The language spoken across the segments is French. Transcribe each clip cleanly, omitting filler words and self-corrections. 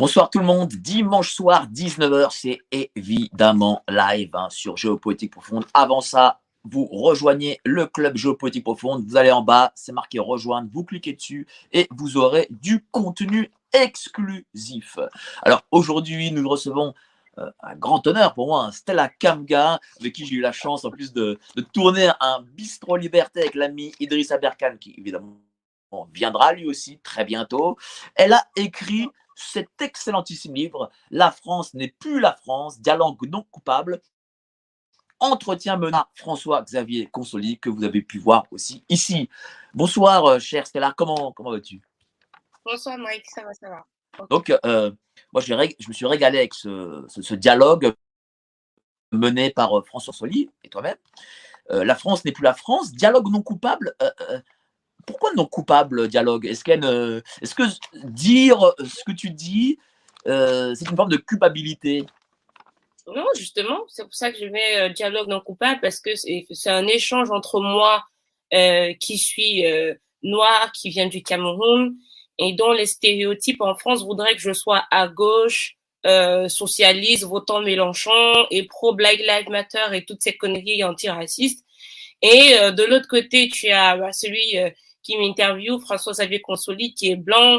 Bonsoir tout le monde, dimanche soir 19h, c'est évidemment live sur Géopolitique Profonde. Avant ça, vous rejoignez le club Géopolitique Profonde, vous allez en bas, c'est marqué rejoindre, vous cliquez dessus et vous aurez du contenu exclusif. Alors aujourd'hui, nous recevons un grand honneur pour moi, Stella Kamga, avec qui j'ai eu la chance en plus de tourner un bistrot liberté avec l'ami Idriss Aberkan, qui évidemment viendra lui aussi très bientôt. Elle a écrit cet excellentissime livre, La France n'est plus la France, dialogue non coupable, entretien mené à François-Xavier Consoli, que vous avez pu voir aussi ici. Bonsoir, chère Stella, comment vas-tu? Bonsoir Mike, ça va, ça va. Okay. Donc, moi, je me suis régalé avec ce dialogue mené par François Consoli et toi-même. La France n'est plus la France, dialogue non coupable. Pourquoi non coupable dialogue? Est-ce que dire ce que tu dis, c'est une forme de culpabilité? Non, justement, c'est pour ça que je mets dialogue non coupable, parce que c'est un échange entre moi qui suis noire, qui vient du Cameroun, et dont les stéréotypes en France voudraient que je sois à gauche, socialiste, votant Mélenchon et pro Black Lives Matter et toutes ces conneries antiracistes. Et de l'autre côté, tu as celui qui m'interviewe, François-Xavier Consoli, qui est blanc,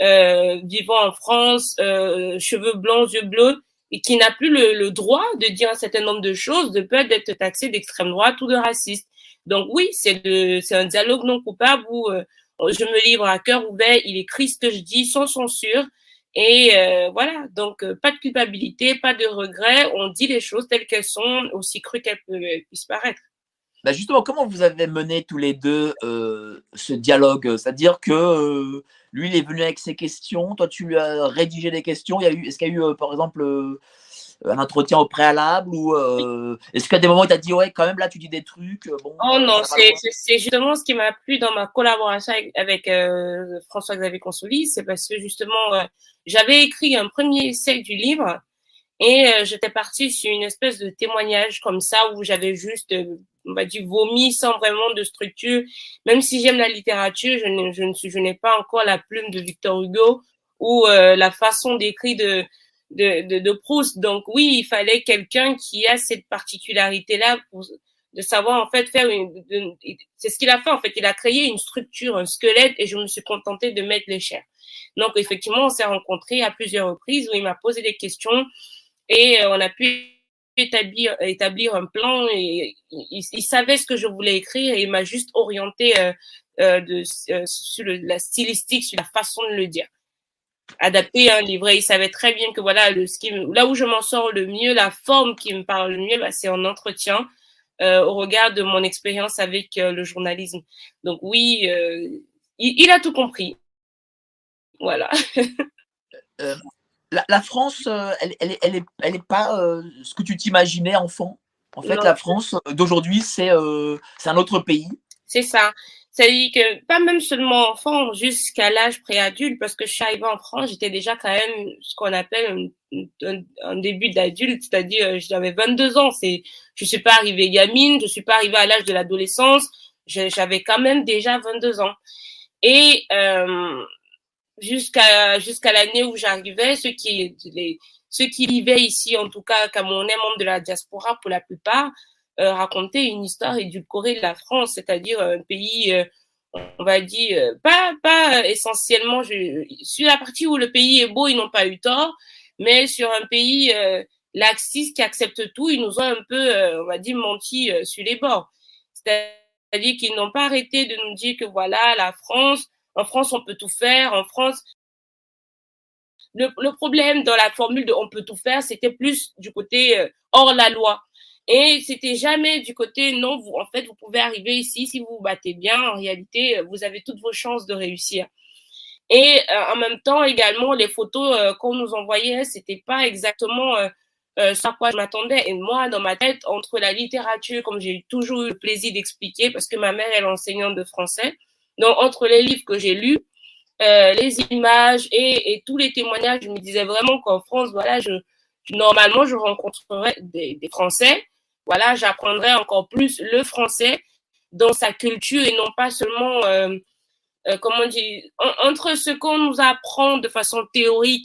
vivant en France, cheveux blancs, yeux bleus, et qui n'a plus le droit de dire un certain nombre de choses, de peur d'être taxé d'extrême droite ou de raciste. Donc oui, c'est un dialogue non coupable où je me livre à cœur ouvert, il écrit ce que je dis sans censure, et voilà, donc pas de culpabilité, pas de regret, on dit les choses telles qu'elles sont, aussi crues qu'elles puissent paraître. Bah justement, comment vous avez mené tous les deux ce dialogue? C'est-à-dire que lui, il est venu avec ses questions, toi, tu lui as rédigé des questions. Est-ce qu'il y a eu, par exemple, un entretien au préalable ou est-ce qu'à des moments, il t'a dit, ouais, quand même, là, tu dis des trucs, bon, oh non, ça va loin. c'est justement ce qui m'a plu dans ma collaboration avec François-Xavier Consoli, c'est parce que justement, j'avais écrit un premier essai du livre, et j'étais partie sur une espèce de témoignage comme ça où j'avais juste, on va dire, vomi sans vraiment de structure. Même si j'aime la littérature, je n'ai pas encore la plume de Victor Hugo ou la façon d'écrire de Proust. Donc oui, il fallait quelqu'un qui a cette particularité-là de savoir en fait c'est ce qu'il a fait en fait. Il a créé une structure, un squelette, et je me suis contentée de mettre les chairs. Donc effectivement, on s'est rencontrés à plusieurs reprises où il m'a posé des questions. Et on a pu établir un plan, et il savait ce que je voulais écrire, et il m'a juste orienté sur la stylistique, sur la façon de le dire. Adapter un livret, il savait très bien que voilà, là où je m'en sors le mieux, la forme qui me parle le mieux, bah, c'est en entretien, au regard de mon expérience avec le journalisme. Donc oui, il a tout compris. Voilà. La France, elle est pas ce que tu t'imaginais enfant. En fait, Non. la France d'aujourd'hui, c'est un autre pays. C'est ça. C'est-à-dire que, pas même seulement enfant, jusqu'à l'âge préadulte, parce que je suis arrivée en France, j'étais déjà quand même ce qu'on appelle un début d'adulte, c'est-à-dire j'avais 22 ans. Je suis pas arrivée gamine, je suis pas arrivée à l'âge de l'adolescence, j'avais quand même déjà 22 ans. Et jusqu'à l'année où j'arrivais, ceux qui vivaient ici, en tout cas camerounais, membres de la diaspora pour la plupart, racontaient une histoire édulcorée de la France, c'est-à-dire un pays, on va dire, pas essentiellement, sur la partie où le pays est beau, ils n'ont pas eu tort, mais sur un pays laxiste qui accepte tout, ils nous ont un peu, on va dire, menti sur les bords. C'est-à-dire qu'ils n'ont pas arrêté de nous dire que voilà, en France, on peut tout faire. En France, le problème dans la formule de on peut tout faire, c'était plus du côté hors la loi. Et c'était jamais du côté non, en fait, vous pouvez arriver ici si vous vous battez bien. En réalité, vous avez toutes vos chances de réussir. Et en même temps, également, les photos qu'on nous envoyait, c'était pas exactement ce à quoi je m'attendais. Et moi, dans ma tête, entre la littérature, comme j'ai toujours eu le plaisir d'expliquer, parce que ma mère est enseignante de français, donc entre les livres que j'ai lus, les images et tous les témoignages, je me disais vraiment qu'en France, voilà, normalement, je rencontrerais des Français. Voilà, j'apprendrais encore plus le français dans sa culture, et non pas seulement, comment dire, entre ce qu'on nous apprend de façon théorique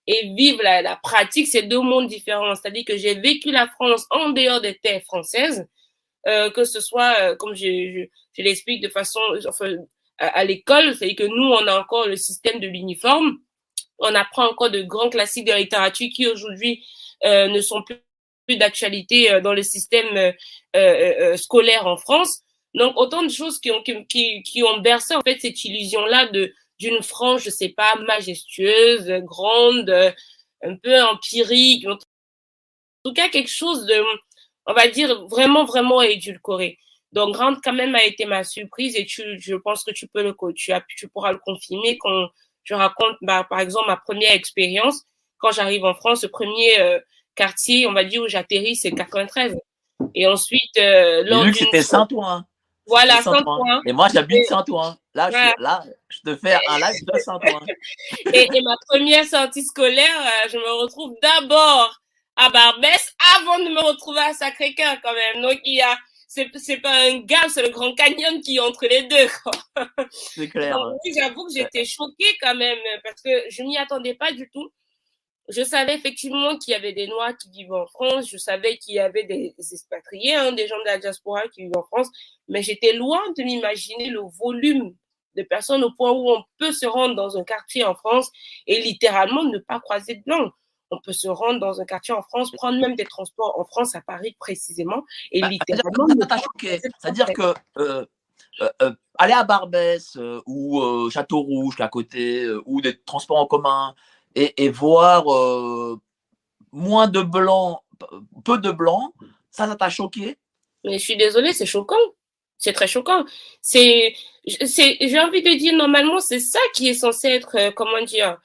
et vivre la pratique, c'est deux mondes différents. C'est-à-dire que j'ai vécu la France en dehors des terres françaises, que ce soit, comme je l'explique de façon, enfin, à l'école, c'est-à-dire que nous, on a encore le système de l'uniforme, on apprend encore de grands classiques de la littérature qui aujourd'hui ne sont plus d'actualité dans le système scolaire en France. Donc, autant de choses qui ont bercé en fait cette illusion-là d'une France, je sais pas, majestueuse, grande, un peu empirique, en tout cas quelque chose de, on va dire, vraiment, vraiment édulcoré. Donc, grande quand même a été ma surprise et je pense que tu pourras le confirmer quand je raconte, par exemple, ma première expérience. Quand j'arrive en France, le premier quartier, on va dire, où j'atterris, c'est 93. Et ensuite, lors d'une... c'était Saint-Ouen. Voilà, Saint-Ouen. Et moi, j'habite Saint-Ouen. Là, voilà. Je te fais un live de Saint-Ouen. Et ma première sortie scolaire, je me retrouve d'abord à Barbès avant de me retrouver à Sacré-Cœur quand même. Donc, c'est pas un gap, c'est le Grand Canyon qui est entre les deux, quoi. C'est clair. Donc, oui, j'avoue que j'étais choquée quand même parce que je m'y attendais pas du tout. Je savais effectivement qu'il y avait des Noirs qui vivaient en France, je savais qu'il y avait des expatriés, des gens de la diaspora qui vivent en France, mais j'étais loin de m'imaginer le volume de personnes au point où on peut se rendre dans un quartier en France et littéralement ne pas croiser de blanc. On peut se rendre dans un quartier en France, prendre même des transports en France, à Paris précisément, et littéralement... C'est-à-dire que aller à Barbès ou Château-Rouge, qui est à côté, ou des transports en commun, et voir moins de blancs, peu de blancs, ça t'a choqué? Mais je suis désolée, c'est choquant. C'est très choquant. J'ai envie de dire, normalement, c'est ça qui est censé être, comment dire,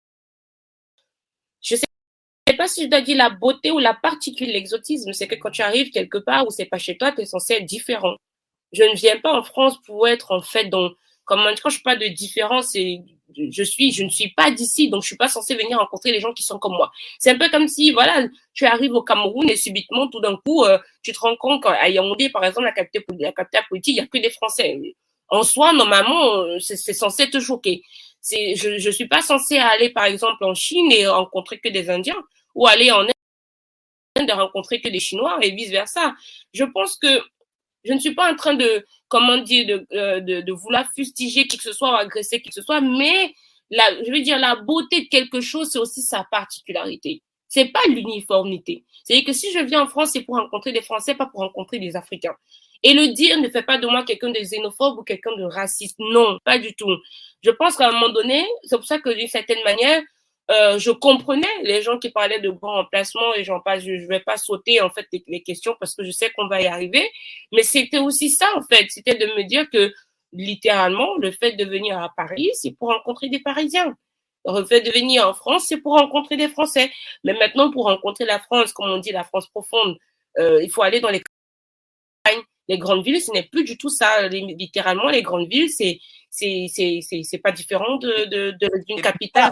je sais pas si je dois dire la beauté ou la particularité, l'exotisme, c'est que quand tu arrives quelque part où c'est pas chez toi, tu es censé être différent. Je ne viens pas en France pour être en fait dans, comment dire, quand je parle de différence, je ne suis pas d'ici, donc je suis pas censée venir rencontrer les gens qui sont comme moi. C'est un peu comme si, voilà, tu arrives au Cameroun et subitement, tout d'un coup, tu te rends compte qu'à Yaoundé, par exemple, la capitale politique, il y a que des Français. En soi, normalement, c'est censé te choquer. Je suis pas censée aller, par exemple, en Chine et rencontrer que des Indiens, ou aller en Inde et rencontrer que des Chinois et vice versa. Je pense que je ne suis pas en train de, comment dire, de vouloir fustiger qui que ce soit ou agresser qui que ce soit, mais je veux dire, la beauté de quelque chose, c'est aussi sa particularité. C'est pas l'uniformité. C'est-à-dire que si je viens en France, c'est pour rencontrer des Français, pas pour rencontrer des Africains. Et le dire ne fait pas de moi quelqu'un de xénophobe ou quelqu'un de raciste. Non, pas du tout. Je pense qu'à un moment donné, c'est pour ça que d'une certaine manière, je comprenais les gens qui parlaient de grands remplacements et j'en passe, je vais pas sauter en fait les questions parce que je sais qu'on va y arriver, mais c'était aussi ça en fait, c'était de me dire que littéralement le fait de venir à Paris, c'est pour rencontrer des Parisiens. Le fait de venir en France, c'est pour rencontrer des Français. Mais maintenant, pour rencontrer la France, comme on dit, la France profonde, il faut aller dans les campagnes. Les grandes villes, ce n'est plus du tout ça. Littéralement, les grandes villes, c'est pas différent d'une capitale.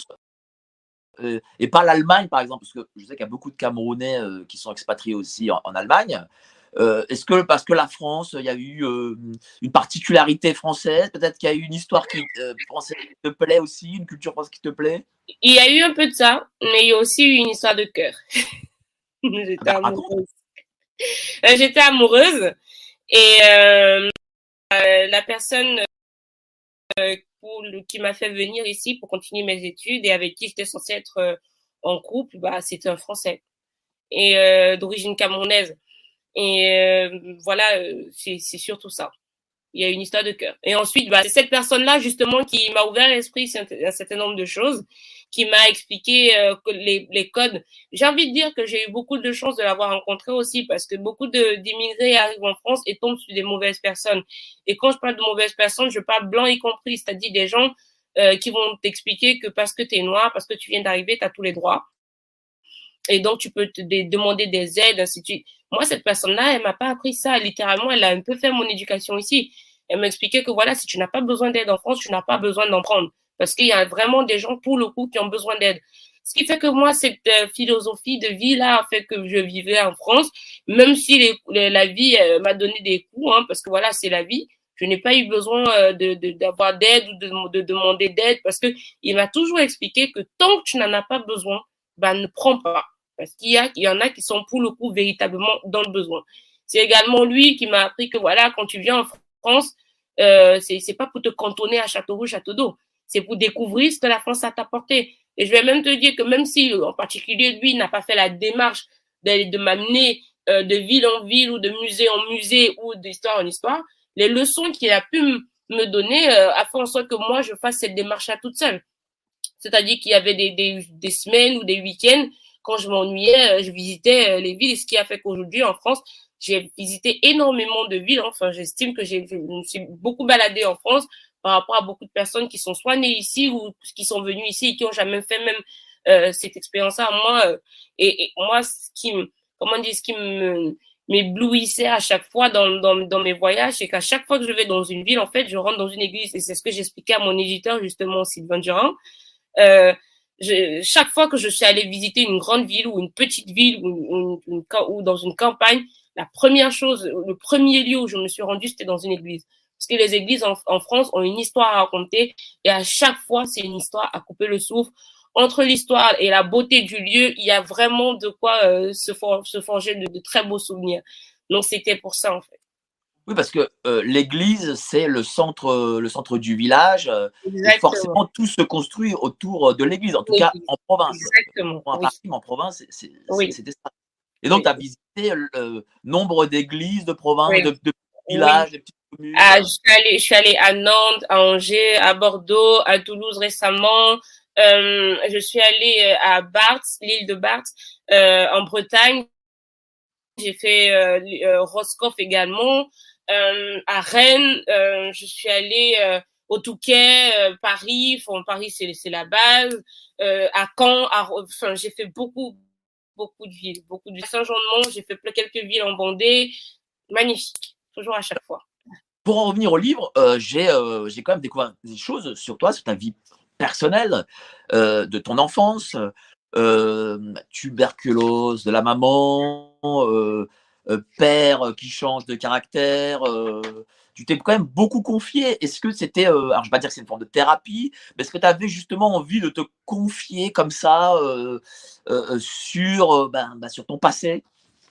Et pas l'Allemagne, par exemple, parce que je sais qu'il y a beaucoup de Camerounais qui sont expatriés aussi en Allemagne. Est-ce que parce que la France, il y a eu une particularité française, peut-être qu'il y a eu une histoire française qui te plaît aussi, une culture française qui te plaît? Il y a eu un peu de ça, mais il y a aussi eu une histoire de cœur. J'étais amoureuse. J'étais amoureuse et la personne qui m'a fait venir ici pour continuer mes études et avec qui j'étais censée être en couple, c'était un Français et d'origine camerounaise. Et voilà, c'est surtout ça. Il y a une histoire de cœur. Et ensuite, c'est cette personne-là justement qui m'a ouvert l'esprit sur un certain nombre de choses, qui m'a expliqué que les codes. J'ai envie de dire que j'ai eu beaucoup de chance de l'avoir rencontré aussi parce que beaucoup d'immigrés arrivent en France et tombent sur des mauvaises personnes. Et quand je parle de mauvaises personnes, je parle blanc y compris, c'est-à-dire des gens qui vont t'expliquer que parce que tu es noir, parce que tu viens d'arriver, tu as tous les droits. Et donc, tu peux te demander des aides, ainsi de suite. Moi, cette personne-là, elle m'a pas appris ça. Littéralement, elle a un peu fait mon éducation ici. Elle m'a expliqué que voilà, si tu n'as pas besoin d'aide en France, tu n'as pas besoin d'en prendre. Parce qu'il y a vraiment des gens, pour le coup, qui ont besoin d'aide. Ce qui fait que moi, cette philosophie de vie-là a fait que je vivais en France, même si la vie m'a donné des coups, parce que voilà, c'est la vie. Je n'ai pas eu besoin d'avoir d'aide ou de demander d'aide parce que il m'a toujours expliqué que tant que tu n'en as pas besoin, bah, ne prends pas. Parce il y en a qui sont pour le coup véritablement dans le besoin. C'est également lui qui m'a appris que voilà, quand tu viens en France, c'est pas pour te cantonner à Châteauroux, Château d'Eau. C'est pour découvrir ce que la France a apporté. Et je vais même te dire que même si, en particulier, lui n'a pas fait la démarche de m'amener de ville en ville ou de musée en musée ou d'histoire en histoire, les leçons qu'il a pu me donner a fait en sorte que moi, je fasse cette démarche-là toute seule. C'est-à-dire qu'il y avait des semaines ou des week-ends, quand je m'ennuyais, je visitais les villes. Et ce qui a fait qu'aujourd'hui, en France, j'ai visité énormément de villes. Enfin, j'estime que je me suis beaucoup baladée en France par rapport à beaucoup de personnes qui sont soit nées ici ou qui sont venues ici et qui ont jamais fait même cette expérience-là. Moi, et moi, ce qui m'éblouissait à chaque fois dans mes voyages, c'est qu'à chaque fois que je vais dans une ville, en fait, je rentre dans une église. Et c'est ce que j'expliquais à mon éditeur, justement, Sylvain Durand. Chaque fois que je suis allée visiter une grande ville ou une petite ville ou dans une campagne, la première chose, le premier lieu où je me suis rendue, c'était dans une église. Parce que les églises en France ont une histoire à raconter et à chaque fois, c'est une histoire à couper le souffle. Entre l'histoire et la beauté du lieu, il y a vraiment de quoi se forger de très beaux souvenirs. Donc, c'était pour ça, en fait. Oui, parce que l'église, c'est le centre du village, et Exactement. forcément, tout se construit autour de l'église, en tout cas en province. Exactement. Bon, à Oui. Paris, mais en province, Oui. c'était ça. Et donc, Oui. tu as visité nombre d'églises de province, Oui. de petits Oui. villages, de petites communes. Ah, je suis allée à Nantes, à Angers, à Bordeaux, à Toulouse récemment. Je suis allée à Barth, l'île de Barth, en Bretagne. J'ai fait Roscoff également. À Rennes, je suis allée au Touquet, Paris. Enfin, Paris, c'est la base. À Caen, enfin, j'ai fait beaucoup de villes, beaucoup de villes. Saint-Jean-de-Mont, j'ai fait quelques villes en Vendée. Magnifique, toujours à chaque fois. Pour en revenir au livre, j'ai quand même découvert des choses sur toi, sur ta vie personnelle, de ton enfance, tuberculose de la maman, père qui change de caractère. Tu t'es quand même beaucoup confié. Est-ce que c'était, alors je ne vais pas dire que c'est une forme de thérapie, mais est-ce que tu avais justement envie de te confier comme ça sur ton passé?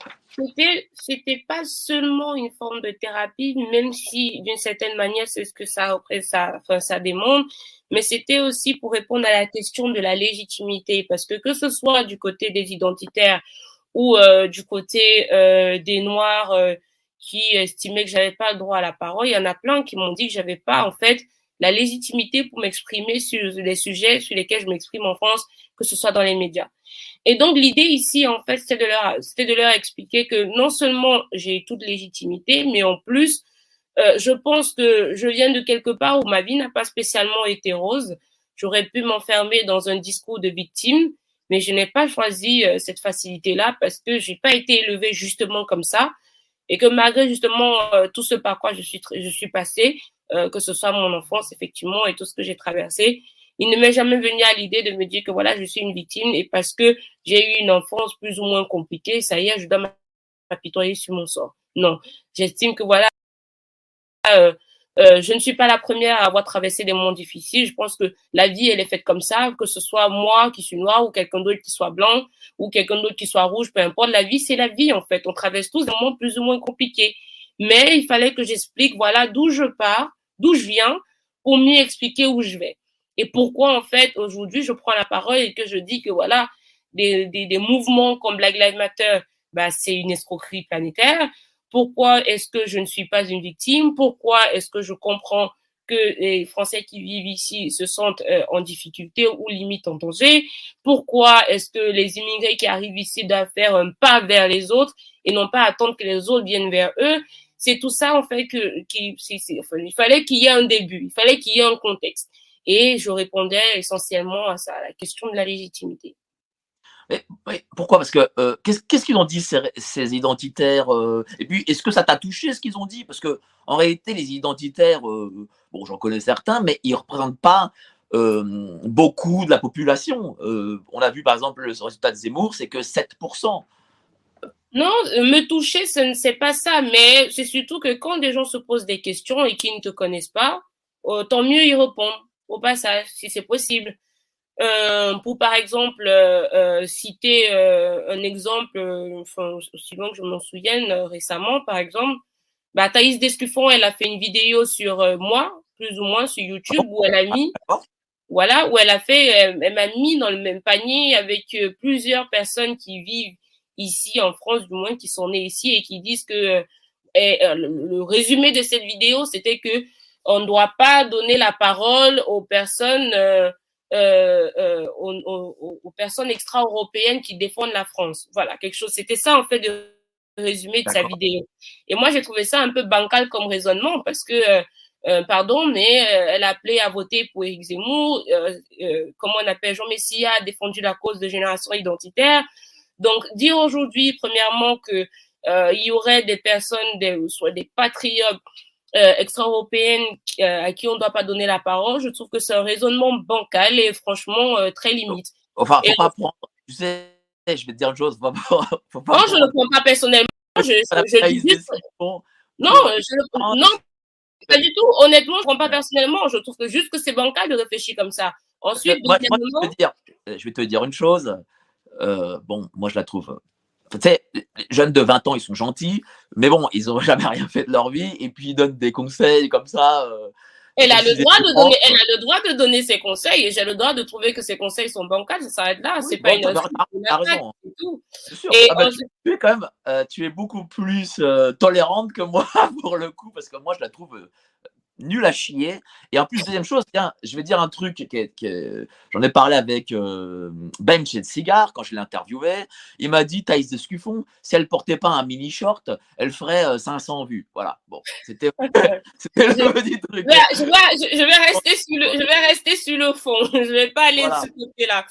C'était pas seulement une forme de thérapie, même si d'une certaine manière c'est ce que ça demande, mais c'était aussi pour répondre à la question de la légitimité, parce que ce soit du côté des identitaires ou du côté des Noirs qui estimaient que j'avais pas le droit à la parole, il y en a plein qui m'ont dit que j'avais pas en fait la légitimité pour m'exprimer sur les sujets sur lesquels je m'exprime en France, que ce soit dans les médias. Et donc l'idée ici, en fait, c'était de leur expliquer que non seulement j'ai toute légitimité, mais en plus, je pense que je viens de quelque part où ma vie n'a pas spécialement été rose. J'aurais pu m'enfermer dans un discours de victime, mais je n'ai pas choisi cette facilité-là parce que j'ai pas été élevée justement comme ça, et que malgré justement tout ce par quoi je suis passée, que ce soit mon enfance effectivement et tout ce que j'ai traversé, il ne m'est jamais venu à l'idée de me dire que voilà, je suis une victime et parce que j'ai eu une enfance plus ou moins compliquée, ça y est, je dois m'apitoyer sur mon sort. Non, j'estime que voilà, je ne suis pas la première à avoir traversé des moments difficiles. Je pense que la vie, elle est faite comme ça, que ce soit moi qui suis noire ou quelqu'un d'autre qui soit blanc ou quelqu'un d'autre qui soit rouge, peu importe. La vie, c'est la vie, en fait. On traverse tous des moments plus ou moins compliqués. Mais il fallait que j'explique, voilà, d'où je pars, d'où je viens, pour mieux expliquer où je vais. Et pourquoi, en fait, aujourd'hui, je prends la parole et que je dis que, voilà, des mouvements comme Black Lives Matter, bah, c'est une escroquerie planétaire. Pourquoi est-ce que je ne suis pas une victime? Pourquoi est-ce que je comprends que les Français qui vivent ici se sentent en difficulté ou limite en danger? Pourquoi est-ce que les immigrés qui arrivent ici doivent faire un pas vers les autres et non pas attendre que les autres viennent vers eux? C'est tout ça, en fait, enfin, il fallait qu'il y ait un début, il fallait qu'il y ait un contexte. Et je répondais essentiellement à ça, à la question de la légitimité. Oui, pourquoi? Parce que qu'est-ce qu'ils ont dit ces identitaires? Et puis, est-ce que ça t'a touché ce qu'ils ont dit? Parce que en réalité, les identitaires, bon, j'en connais certains, mais ils ne représentent pas beaucoup de la population. On a vu par exemple le résultat de Zemmour, c'est que 7%. Non, me toucher, c'est pas ça, mais c'est surtout que quand des gens se posent des questions et qui ne te connaissent pas, tant mieux y répondre au passage, si c'est possible. Pour par exemple citer un exemple, enfin aussi loin que je m'en souvienne, récemment par exemple, bah Thaïs Descuffon, elle a fait une vidéo sur moi, plus ou moins sur YouTube, où elle a mis, voilà, où elle a fait, elle m'a mis dans le même panier avec plusieurs personnes qui vivent ici en France, du moins qui sont nées ici et qui disent que le résumé de cette vidéo, c'était que on ne doit pas donner la parole aux personnes aux personnes extra-européennes qui défendent la France. Voilà, quelque chose. C'était ça en fait le résumé de sa vidéo. Et moi, j'ai trouvé ça un peu bancal comme raisonnement parce que pardon, mais elle a appelé à voter pour Éric Zemmour. Comment on appelle, Jean Messia a défendu la cause de génération identitaire. Donc, dire aujourd'hui, premièrement, que il y aurait des personnes, soit des patriotes extra-européennes à qui on ne doit pas donner la parole, je trouve que c'est un raisonnement bancal et franchement très limite. Enfin, faut pas prendre. Tu sais, je vais te dire une chose. Faut pas non, je ne le prends pas personnellement. Je dis juste. Non, non, pas du tout. Honnêtement, je ne prends pas personnellement. Je trouve que juste que c'est bancal de réfléchir comme ça. Ensuite, moi, je vais te dire une chose. Bon, moi, je la trouve. Tu sais, les jeunes de 20 ans, ils sont gentils, mais bon, ils n'ont jamais rien fait de leur vie, et puis ils donnent des conseils comme ça. Elle a le droit de donner ses conseils, et j'ai le droit de trouver que ses conseils sont bancals, ça s'arrête là. Oui, c'est pas une insulte, t'as raison. C'est tout. Sûr. Et tu es quand même, tu es beaucoup plus tolérante que moi pour le coup, parce que moi, je la trouve nul à chier. Et en plus, deuxième chose, tiens, je vais dire un truc j'en ai parlé avec Ben chez le cigare quand je l'ai interviewé. Il m'a dit, Thaïs Descuffon, si elle portait pas un mini short, elle ferait 500 vues. Voilà. Bon, c'était le petit truc. Je vais rester sur le fond. Je vais pas aller de ce côté-là.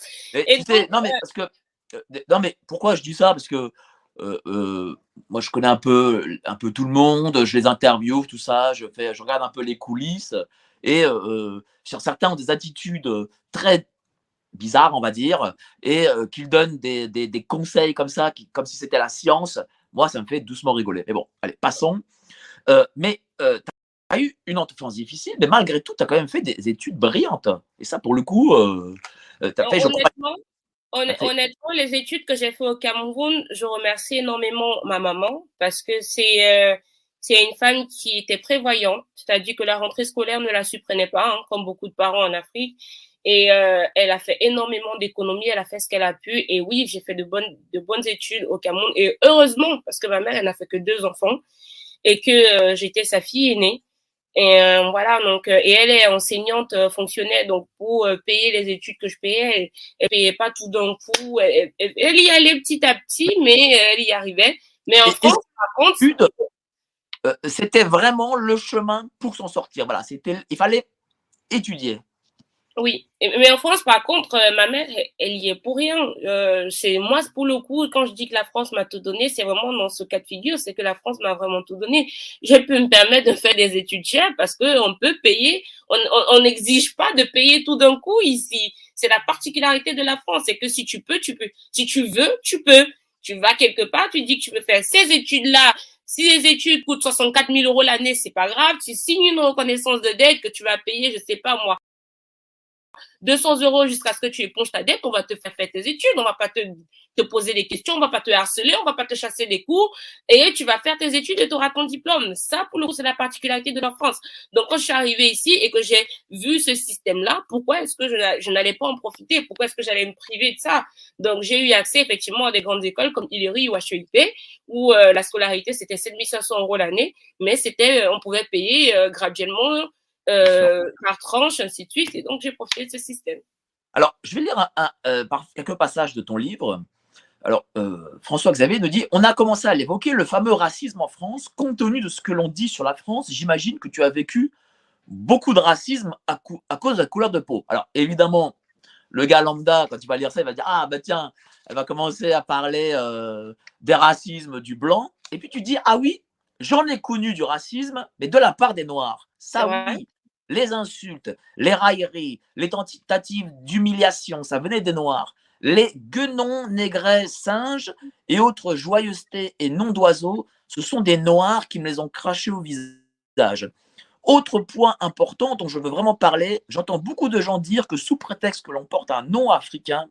Non, mais pourquoi je dis ça? Parce que moi, je connais un peu tout le monde, je les interviewe, tout ça, je regarde un peu les coulisses, et certains ont des attitudes très bizarres, on va dire, et qu'ils donnent des conseils comme ça, comme si c'était la science. Moi, ça me fait doucement rigoler. Mais bon, allez, passons. Mais tu as eu une enfance difficile, mais malgré tout, tu as quand même fait des études brillantes. Et ça, pour le coup, tu as fait, je crois. Honnêtement, les études que j'ai fait au Cameroun, je remercie énormément ma maman parce que c'est une femme qui était prévoyante, c'est-à-dire que la rentrée scolaire ne la surprenait pas, hein, comme beaucoup de parents en Afrique. Et elle a fait énormément d'économies, elle a fait ce qu'elle a pu. Et oui, j'ai fait de bonnes études au Cameroun. Et heureusement, parce que ma mère, elle n'a fait que 2 enfants et que j'étais sa fille aînée. Et voilà, donc et elle est enseignante fonctionnaire, donc pour payer les études que je payais, elle payait pas tout d'un coup, elle y allait petit à petit, mais elle y arrivait. Mais en France, par contre, c'était vraiment le chemin pour s'en sortir. Voilà, il fallait étudier. Oui, mais en France, par contre, ma mère, elle y est pour rien. C'est moi, pour le coup, quand je dis que la France m'a tout donné, c'est vraiment dans ce cas de figure, c'est que la France m'a vraiment tout donné. J'ai pu me permettre de faire des études chères parce que on peut payer, on n'exige pas de payer tout d'un coup ici. C'est la particularité de la France, c'est que si tu peux, tu peux. Si tu veux, tu peux. Tu vas quelque part, tu dis que tu veux faire ces études-là. Si les études coûtent 64 000 € l'année, c'est pas grave. Tu signes une reconnaissance de dette que tu vas payer, je sais pas moi, 200 € jusqu'à ce que tu éponges ta dette, on va te faire tes études, on va pas te poser des questions, on va pas te harceler, on va pas te chasser des cours, et tu vas faire tes études et tu auras ton diplôme. Ça, pour le coup, c'est la particularité de la France. Donc, quand je suis arrivée ici et que j'ai vu ce système-là, pourquoi est-ce que je n'allais pas en profiter? Pourquoi est-ce que j'allais me priver de ça? Donc, j'ai eu accès, effectivement, à des grandes écoles comme Hillery ou HEIP, où la scolarité, c'était 7 500 € l'année, mais on pouvait payer graduellement par tranche, ainsi de suite. Et donc, j'ai profité de ce système. Alors, je vais lire quelques passages de ton livre. Alors, François Xavier nous dit « On a commencé à l'évoquer, le fameux racisme en France. Compte tenu de ce que l'on dit sur la France, j'imagine que tu as vécu beaucoup de racisme à cause de la couleur de peau. » Alors, évidemment, le gars lambda, quand il va lire ça, il va dire « Ah, bah tiens, elle va commencer à parler des racismes du blanc. » Et puis tu dis « Ah oui, j'en ai connu du racisme, mais de la part des Noirs. » Ça, oui. Les insultes, les railleries, les tentatives d'humiliation, ça venait des Noirs. Les guenons, négrets, singes et autres joyeusetés et noms d'oiseaux, ce sont des noirs qui me les ont crachés au visage. Autre point important dont je veux vraiment parler, j'entends beaucoup de gens dire que sous prétexte que l'on porte un nom africain,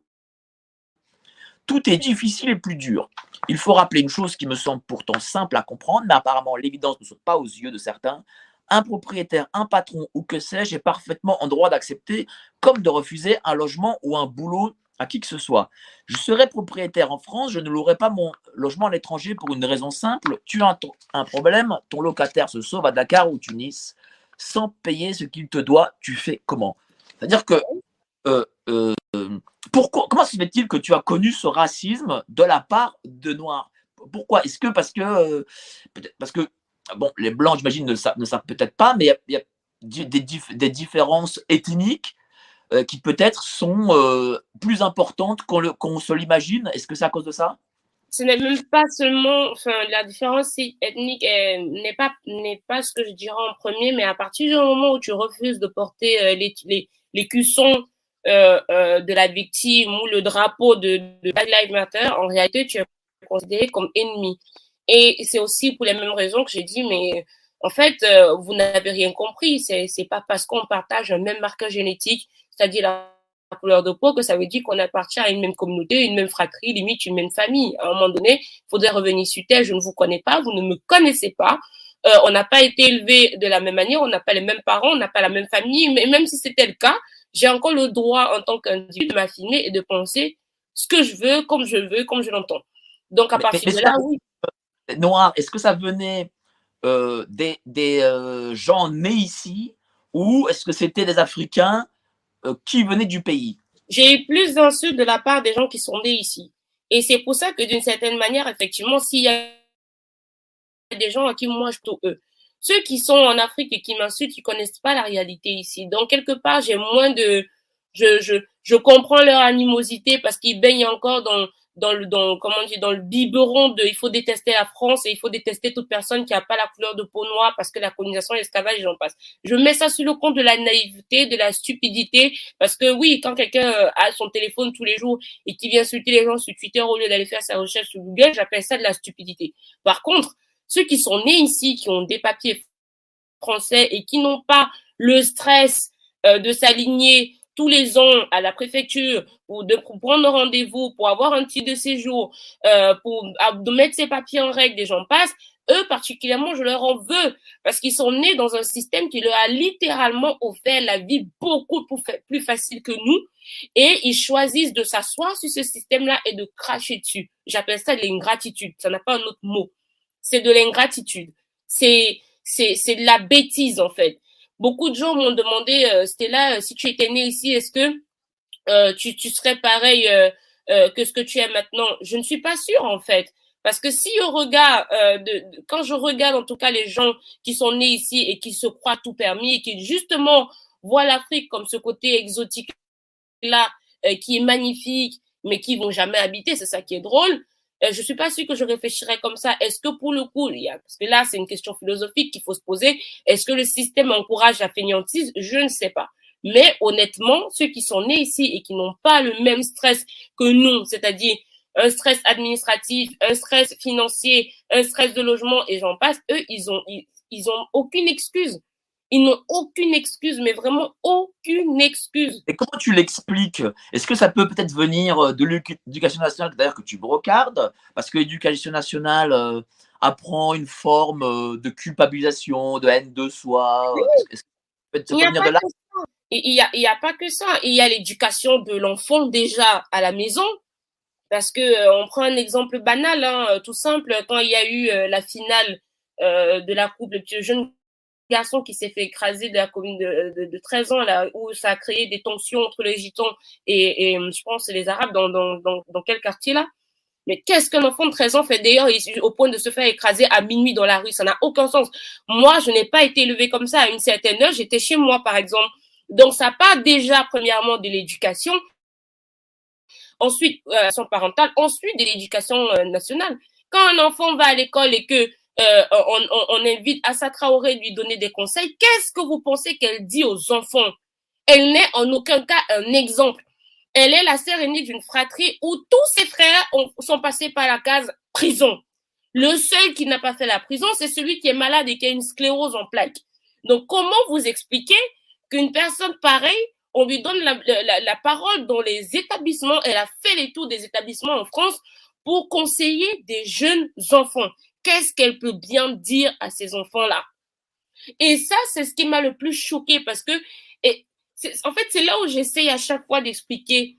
tout est difficile et plus dur. Il faut rappeler une chose qui me semble pourtant simple à comprendre, mais apparemment l'évidence ne saute pas aux yeux de certains. Un propriétaire, un patron ou que sais-je est parfaitement en droit d'accepter comme de refuser un logement ou un boulot à qui que ce soit. Je serais propriétaire en France, je ne louerais pas mon logement à l'étranger pour une raison simple. Tu as un problème, ton locataire se sauve à Dakar ou Tunis sans payer ce qu'il te doit, tu fais comment? C'est-à-dire que euh, euh, comment se fait-il que tu as connu ce racisme de la part de Noirs? Pourquoi? Est-ce que parce que bon, les Blancs, j'imagine, ne savent peut-être pas, mais il y a des différences ethniques qui peut-être sont plus importantes qu'on se l'imagine. Est-ce que c'est à cause de ça? Ce n'est même pas seulement, enfin, la différence ethnique n'est pas ce que je dirais en premier, mais à partir du moment où tu refuses de porter les cuissons de la victime ou le drapeau de Black Lives Matter, en réalité, tu es considéré comme ennemi. Et c'est aussi pour les mêmes raisons que j'ai dit, mais en fait, vous n'avez rien compris. C'est pas parce qu'on partage un même marqueur génétique, c'est-à-dire la couleur de peau, que ça veut dire qu'on appartient à une même communauté, une même fratrie, limite une même famille. À un moment donné, il faudrait revenir sur terre. Je ne vous connais pas, vous ne me connaissez pas. On n'a pas été élevés de la même manière, on n'a pas les mêmes parents, on n'a pas la même famille. Mais même si c'était le cas, j'ai encore le droit en tant qu'individu de m'affirmer et de penser ce que je veux, comme je l'entends. Donc à partir de là, oui. Noir, est-ce que ça venait des gens nés ici ou est-ce que c'était des Africains qui venaient du pays? J'ai eu plus d'insultes de la part des gens qui sont nés ici. Et c'est pour ça que d'une certaine manière, effectivement, s'il y a des gens à qui moi je touche eux, ceux qui sont en Afrique et qui m'insultent, ils connaissent pas la réalité ici. Donc quelque part, j'ai moins de, je comprends leur animosité parce qu'ils baignent encore comment dire, dans le biberon de, il faut détester la France et il faut détester toute personne qui a pas la couleur de peau noire parce que la colonisation, l'esclavage, j'en passe. Je mets ça sur le compte de la naïveté, de la stupidité, parce que oui, quand quelqu'un a son téléphone tous les jours et qui vient insulter les gens sur Twitter au lieu d'aller faire sa recherche sur Google, j'appelle ça de la stupidité. Par contre, ceux qui sont nés ici, qui ont des papiers français et qui n'ont pas le stress de s'aligner tous les ans à la préfecture pour prendre rendez-vous, pour avoir un titre de séjour, de mettre ses papiers en règle, des gens passent, eux particulièrement, je leur en veux parce qu'ils sont nés dans un système qui leur a littéralement offert la vie beaucoup plus facile que nous et ils choisissent de s'asseoir sur ce système-là et de cracher dessus. J'appelle ça de l'ingratitude, ça n'a pas un autre mot. C'est de l'ingratitude. C'est de la bêtise, en fait. Beaucoup de gens m'ont demandé, Stella, si tu étais née ici, est-ce que tu serais pareil que ce que tu es maintenant? Je ne suis pas sûre, en fait. Parce que si au regard quand je regarde en tout cas les gens qui sont nés ici et qui se croient tout permis et qui justement voient l'Afrique comme ce côté exotique là qui est magnifique mais qui vont jamais habiter, c'est ça qui est drôle. Je suis pas sûre que je réfléchirais comme ça. Est-ce que pour le coup, parce que là c'est une question philosophique qu'il faut se poser, est-ce que le système encourage la fainéantise? Je ne sais pas. Mais honnêtement, ceux qui sont nés ici et qui n'ont pas le même stress que nous, c'est-à-dire un stress administratif, un stress financier, un stress de logement et j'en passe, eux, ils ont aucune excuse. Ils n'ont aucune excuse, mais vraiment aucune excuse. Et comment tu l'expliques? Est-ce que ça peut peut-être venir de l'éducation nationale, d'ailleurs, que tu brocardes? Parce que l'éducation nationale apprend une forme de culpabilisation, de haine de soi. Oui. Est-ce que ça peut venir de là? Il y a pas que ça. Il y a l'éducation de l'enfant déjà à la maison. Parce que on prend un exemple banal, hein, tout simple, quand il y a eu la finale de la coupe, le petit jeune garçon qui s'est fait écraser de la commune de 13 ans, là, où ça a créé des tensions entre les gitans et je pense les Arabes dans quel quartier là? Mais qu'est-ce qu'un enfant de 13 ans fait d'ailleurs au point de se faire écraser à minuit dans la rue? Ça n'a aucun sens. Moi, je n'ai pas été élevée comme ça à une certaine heure. J'étais chez moi, par exemple. Donc, ça part déjà, premièrement, de l'éducation. Ensuite, son parental. Ensuite, de l'éducation nationale. Quand un enfant va à l'école et que on invite Assa Traoré lui donner des conseils, qu'est-ce que vous pensez qu'elle dit aux enfants? Elle n'est en aucun cas un exemple. Elle est la sœur aînée d'une fratrie où tous ses frères sont passés par la case prison. Le seul qui n'a pas fait la prison, c'est celui qui est malade et qui a une sclérose en plaques. Donc, comment vous expliquer qu'une personne pareille, on lui donne la parole dans les établissements, elle a fait les tours des établissements en France pour conseiller des jeunes enfants. Qu'est-ce qu'elle peut bien dire à ces enfants-là? Et ça, c'est ce qui m'a le plus choqué parce que, en fait, c'est là où j'essaye à chaque fois d'expliquer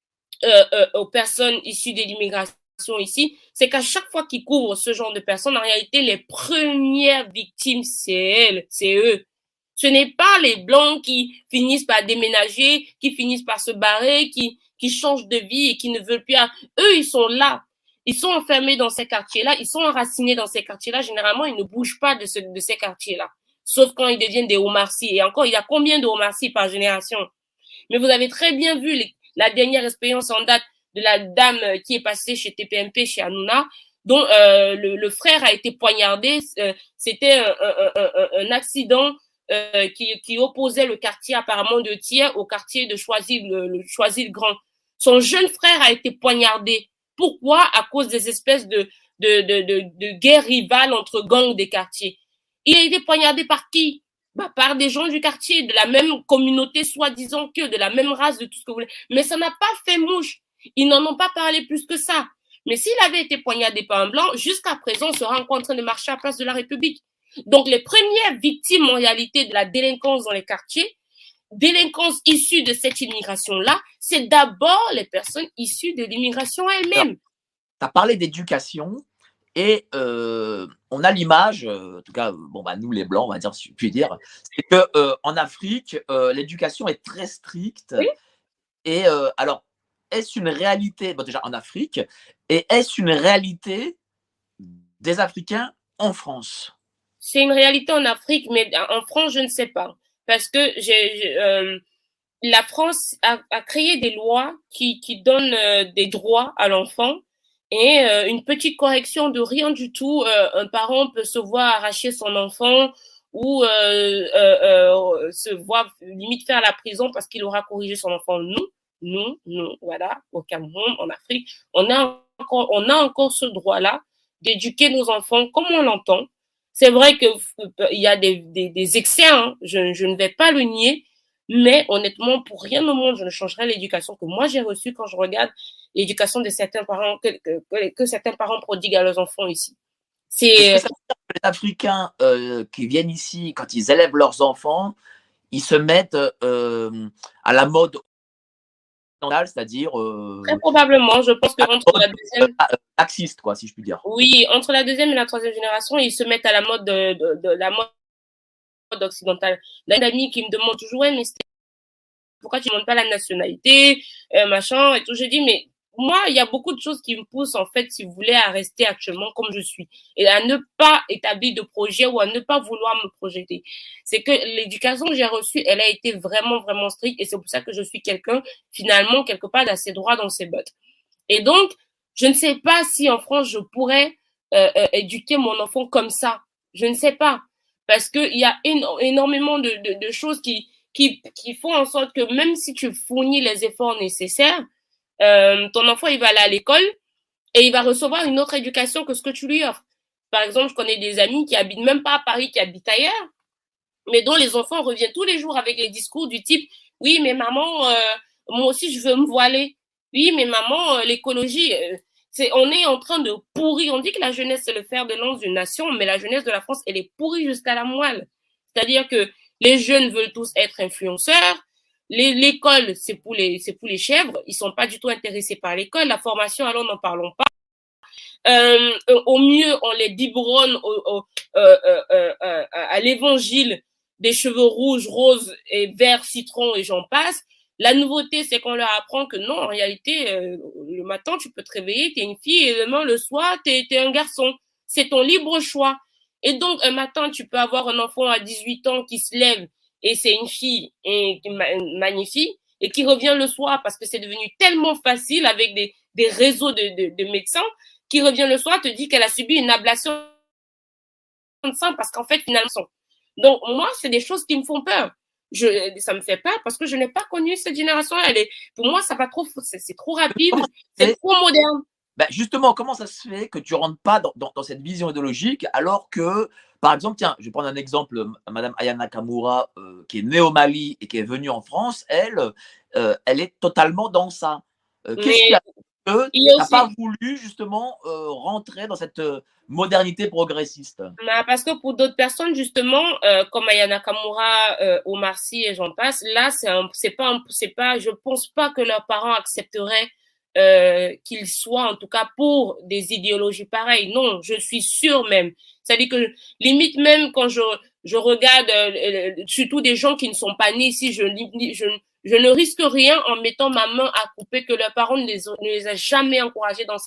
aux personnes issues de l'immigration ici, c'est qu'à chaque fois qu'ils couvrent ce genre de personnes, en réalité, les premières victimes, c'est eux. Ce n'est pas les Blancs qui finissent par déménager, qui finissent par se barrer, qui changent de vie et qui ne veulent plus. Eux, ils sont là. Ils sont enfermés dans ces quartiers-là. Ils sont enracinés dans ces quartiers-là. Généralement, ils ne bougent pas de ces quartiers-là. Sauf quand ils deviennent des Omar-Sy. Et encore, il y a combien de Omar-Sy par génération? Mais vous avez très bien vu la dernière expérience en date de la dame qui est passée chez TPMP, chez Hanouna, dont le frère a été poignardé. C'était un accident qui opposait le quartier apparemment de Thiers au quartier de Choisy-le-Grand. Son jeune frère a été poignardé. Pourquoi? À cause des espèces de guerres rivales entre gangs des quartiers. Il a été poignardé par qui? Par des gens du quartier, de la même communauté, soi-disant que, de la même race, de tout ce que vous voulez. Mais ça n'a pas fait mouche. Ils n'en ont pas parlé plus que ça. Mais s'il avait été poignardé par un blanc, jusqu'à présent, on serait encore en train de marcher à la place de la République. Donc, les premières victimes, en réalité, de la délinquance dans les quartiers, délinquance issue de cette immigration-là, c'est d'abord les personnes issues de l'immigration elle-même. Tu as parlé d'éducation. Et on a l'image, en tout cas, nous les Blancs, on va dire, si je puis dire, c'est qu'en Afrique, l'éducation est très stricte. Oui. Et alors, est-ce une réalité, déjà en Afrique, et est-ce une réalité des Africains en France? C'est une réalité en Afrique, mais en France, je ne sais pas. Parce que la France a créé des lois qui donnent des droits à l'enfant. Et une petite correction de rien du tout, un parent peut se voir arracher son enfant ou se voir limite faire la prison parce qu'il aura corrigé son enfant. Nous, voilà, au Cameroun, en Afrique, on a encore ce droit-là d'éduquer nos enfants comme on l'entend. C'est vrai que il y a des excès, hein, je ne vais pas le nier, mais honnêtement, pour rien au monde, je ne changerai l'éducation que moi j'ai reçue quand je regarde l'éducation de certains parents, que certains parents prodiguent à leurs enfants ici. Est-ce que ça veut dire que les Africains qui viennent ici, quand ils élèvent leurs enfants, ils se mettent à la mode c'est-à-dire très probablement, je pense que entre la deuxième laxiste, quoi, si je puis dire. Oui, entre la deuxième et la troisième génération, ils se mettent à la mode de la mode occidentale. D'un ami qui me demande toujours, ouais, mais pourquoi tu ne demandes pas la nationalité, machin, et tout. Je dis, mais moi, il y a beaucoup de choses qui me poussent, en fait, si vous voulez, à rester actuellement comme je suis et à ne pas établir de projet ou à ne pas vouloir me projeter. C'est que l'éducation que j'ai reçue, elle a été vraiment, vraiment stricte et c'est pour ça que je suis quelqu'un, finalement, quelque part, d'assez droit dans ses bottes. Et donc, je ne sais pas si en France, je pourrais éduquer mon enfant comme ça. Je ne sais pas. Parce qu'il y a énormément de choses qui font en sorte que même si tu fournis les efforts nécessaires, ton enfant, il va aller à l'école et il va recevoir une autre éducation que ce que tu lui offres. Par exemple, je connais des amis qui habitent même pas à Paris, qui habitent ailleurs, mais dont les enfants reviennent tous les jours avec les discours du type « Oui, mais maman, moi aussi, je veux me voiler. Oui, mais maman, l'écologie, on est en train de pourrir. On dit que la jeunesse, c'est le fer de lance d'une nation, mais la jeunesse de la France, elle est pourrie jusqu'à la moelle. C'est-à-dire que les jeunes veulent tous être influenceurs. L'école, c'est pour les chèvres. Ils sont pas du tout intéressés par l'école. La formation, alors n'en parlons pas. Au mieux, on les biberonne à l'évangile des cheveux rouges, roses et verts, citron et j'en passe. La nouveauté, c'est qu'on leur apprend que non, en réalité, le matin, tu peux te réveiller, t'es une fille, et demain, le soir, t'es un garçon. C'est ton libre choix. Et donc, un matin, tu peux avoir un enfant à 18 ans qui se lève et c'est une fille et magnifique et qui revient le soir parce que c'est devenu tellement facile avec des réseaux de médecins qui revient le soir te dit qu'elle a subi une ablation de sein parce qu'en fait, finalement, donc moi, c'est des choses qui me font peur. Ça me fait peur parce que je n'ai pas connu cette génération. Pour moi, ça va trop, c'est trop rapide, c'est trop moderne. Ben justement, comment ça se fait que tu ne rentres pas dans cette vision idéologique alors que, par exemple, tiens, je vais prendre un exemple, Madame Aya Nakamura, qui est née au Mali et qui est venue en France, elle est totalement dans ça. Qu'est-ce qui a fait que tu n'as pas voulu justement rentrer dans cette modernité progressiste? Parce que pour d'autres personnes, justement, comme Aya Nakamura, Omar Sy et j'en passe, là, c'est pas, je pense pas que leurs parents accepteraient qu'ils soient, en tout cas, pour des idéologies pareilles. Non, je suis sûre même. C'est-à-dire que, limite même quand je regarde, surtout des gens qui ne sont pas nés ici, je ne risque rien en mettant ma main à couper que leurs parents ne les a jamais encouragés dans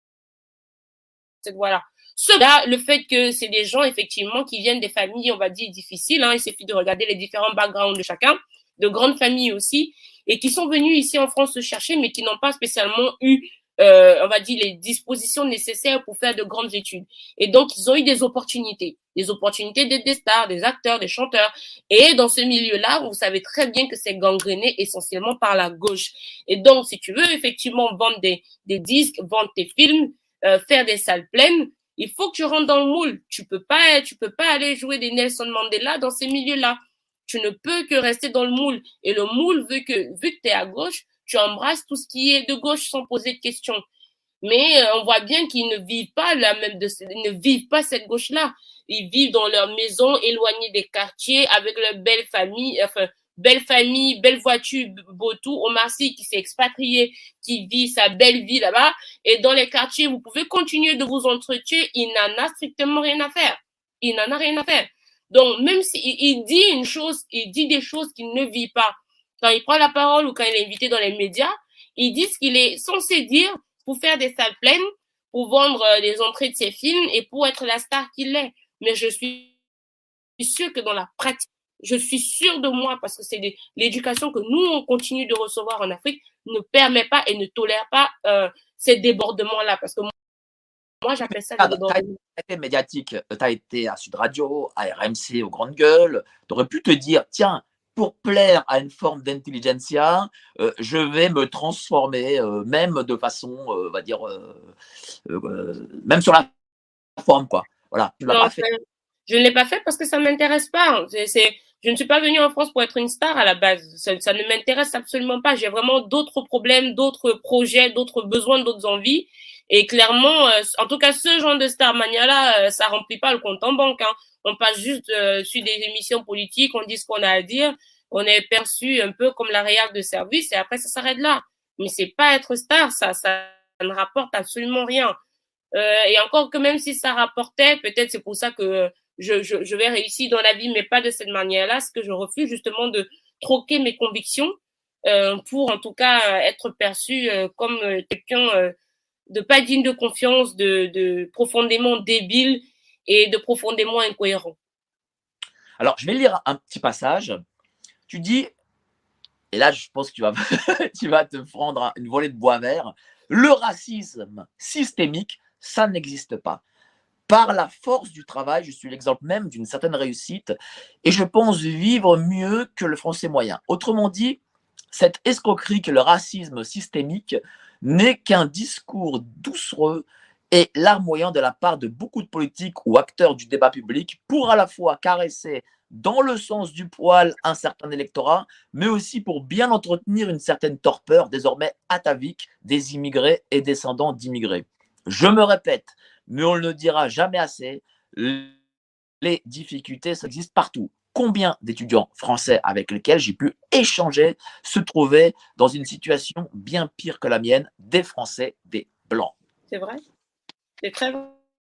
cette voie-là. Cela, le fait que c'est des gens, effectivement, qui viennent des familles, on va dire, difficiles, il suffit de regarder les différents backgrounds de chacun, de grandes familles aussi, et qui sont venus ici en France se chercher, mais qui n'ont pas spécialement eu, on va dire, les dispositions nécessaires pour faire de grandes études. Et donc, ils ont eu des opportunités d'être des stars, des acteurs, des chanteurs. Et dans ce milieu-là, vous savez très bien que c'est gangréné essentiellement par la gauche. Et donc, si tu veux effectivement vendre des disques, vendre tes films, faire des salles pleines, il faut que tu rentres dans le moule. Tu peux pas aller jouer des Nelson Mandela dans ces milieux-là. Tu ne peux que rester dans le moule. Et le moule veut que, vu que tu es à gauche, tu embrasses tout ce qui est de gauche sans poser de questions. Mais on voit bien qu'ils ne vivent pas ils ne vivent pas cette gauche-là. Ils vivent dans leur maison, éloignés des quartiers, avec leur belle famille, belle voiture, beau tout. Omar Sy qui s'est expatrié, qui vit sa belle vie là-bas. Et dans les quartiers, vous pouvez continuer de vous entretenir. Il n'en a strictement rien à faire. Il n'en a rien à faire. Donc, même s'il dit une chose, il dit des choses qu'il ne vit pas. Quand il prend la parole ou quand il est invité dans les médias, il dit ce qu'il est censé dire pour faire des salles pleines, pour vendre les entrées de ses films et pour être la star qu'il est. Mais je suis sûre que dans la pratique, je suis sûre de moi, parce que c'est l'éducation que nous, on continue de recevoir en Afrique, ne permet pas et ne tolère pas ces débordements-là. Parce que moi, j'appelle ça des débordements. Tu as été médiatique, tu as été à Sud Radio, à RMC, aux Grandes Gueules. Tu aurais pu te dire, tiens, pour plaire à une forme d'intelligentsia, je vais me transformer, même de façon, on va dire, même sur la forme, quoi. Voilà, tu ne l'as pas fait. Je ne l'ai pas fait parce que ça ne m'intéresse pas. Je ne suis pas venue en France pour être une star à la base. Ça ne m'intéresse absolument pas. J'ai vraiment d'autres problèmes, d'autres projets, d'autres besoins, d'autres envies. Et clairement, en tout cas, ce genre de Starmania-là, ça remplit pas le compte en banque. On passe juste sur des émissions politiques, on dit ce qu'on a à dire, on est perçu un peu comme la réelle de service et après ça s'arrête là. Mais c'est pas être star, ça ne rapporte absolument rien. Et encore que même si ça rapportait, peut-être c'est pour ça que je vais réussir dans la vie, mais pas de cette manière-là, ce que je refuse justement de troquer mes convictions pour en tout cas être perçu comme quelqu'un de pas digne de confiance, de profondément débile et de profondément incohérent. Alors, je vais lire un petit passage. Tu dis, et là, je pense que tu vas te prendre une volée de bois vert, le racisme systémique, ça n'existe pas. Par la force du travail, je suis l'exemple même d'une certaine réussite et je pense vivre mieux que le français moyen. Autrement dit, cette escroquerie que le racisme systémique n'est qu'un discours doucereux et larmoyant de la part de beaucoup de politiques ou acteurs du débat public pour à la fois caresser dans le sens du poil un certain électorat, mais aussi pour bien entretenir une certaine torpeur désormais atavique des immigrés et descendants d'immigrés. Je me répète, mais on ne le dira jamais assez, les difficultés, ça existe partout. Combien d'étudiants français avec lesquels j'ai pu échanger se trouvaient dans une situation bien pire que la mienne, des Français, des Blancs. C'est vrai, c'est très vrai.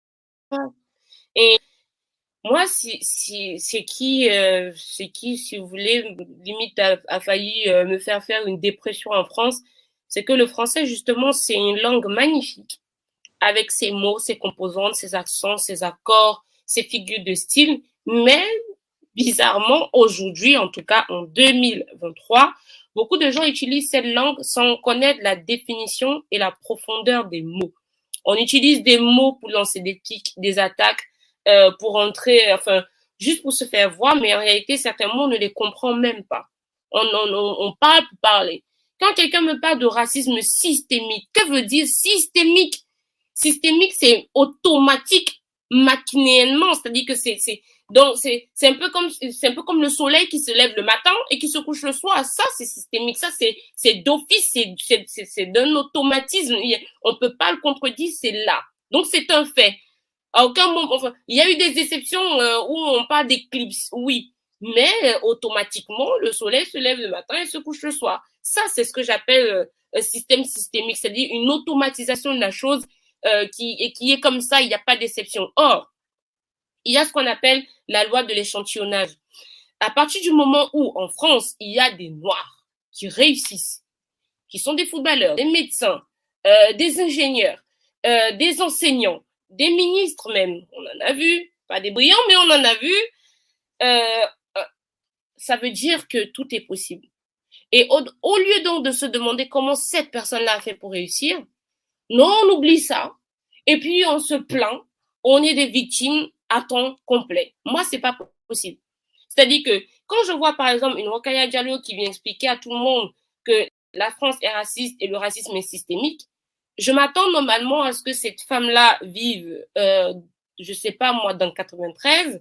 Et moi, c'est qui, si vous voulez, limite a failli me faire une dépression en France, c'est que le français, justement, c'est une langue magnifique, avec ses mots, ses composantes, ses accents, ses accords, ses figures de style, mais bizarrement, aujourd'hui, en tout cas en 2023, beaucoup de gens utilisent cette langue sans connaître la définition et la profondeur des mots. On utilise des mots pour lancer des pics, des attaques, pour entrer, juste pour se faire voir, mais en réalité, certains mots, on ne les comprend même pas. On parle pour parler. Quand quelqu'un me parle de racisme systémique, que veut dire systémique? Systémique, c'est automatique, machinéellement, c'est-à-dire que donc c'est un peu comme le soleil qui se lève le matin et qui se couche le soir. Ça, c'est systémique. Ça, c'est d'office, c'est d'un automatisme. On peut pas le contredire, c'est là. Donc, c'est un fait. À aucun moment, enfin, il y a eu des exceptions où on parle d'éclipse, oui. Mais automatiquement, le soleil se lève le matin et se couche le soir. Ça, c'est ce que j'appelle un système systémique, c'est-à-dire une automatisation de la chose qui est comme ça, il n'y a pas d'exception. Or, il y a ce qu'on appelle la loi de l'échantillonnage. À partir du moment où, en France, il y a des Noirs qui réussissent, qui sont des footballeurs, des médecins, des ingénieurs, des enseignants, des ministres même, on en a vu, pas des brillants, mais on en a vu, ça veut dire que tout est possible. Et au lieu donc de se demander comment cette personne-là a fait pour réussir, non, on oublie ça. Et puis, on se plaint. On est des victimes à temps complet. Moi, c'est pas possible. C'est-à-dire que quand je vois, par exemple, une Rokhaya Diallo qui vient expliquer à tout le monde que la France est raciste et le racisme est systémique, je m'attends normalement à ce que cette femme-là vive, je sais pas moi, dans 93,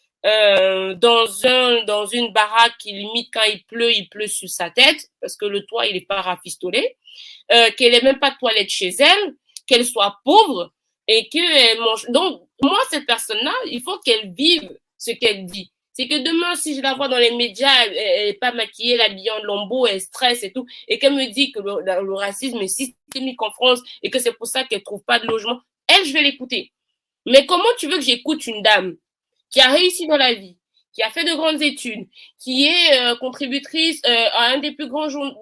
dans une baraque qui limite quand il pleut sur sa tête parce que le toit il est pas rafistolé, qu'elle ait même pas de toilette chez elle, qu'elle soit pauvre et qu'elle mange. Donc moi cette personne-là, il faut qu'elle vive ce qu'elle dit. C'est que demain si je la vois dans les médias, elle est pas maquillée, elle est habillée en lambeau, elle stresse et tout, et qu'elle me dit que le racisme est systémique en France et que c'est pour ça qu'elle trouve pas de logement, elle je vais l'écouter. Mais comment tu veux que j'écoute une dame qui a réussi dans la vie, qui a fait de grandes études, qui est contributrice à un des plus grands journaux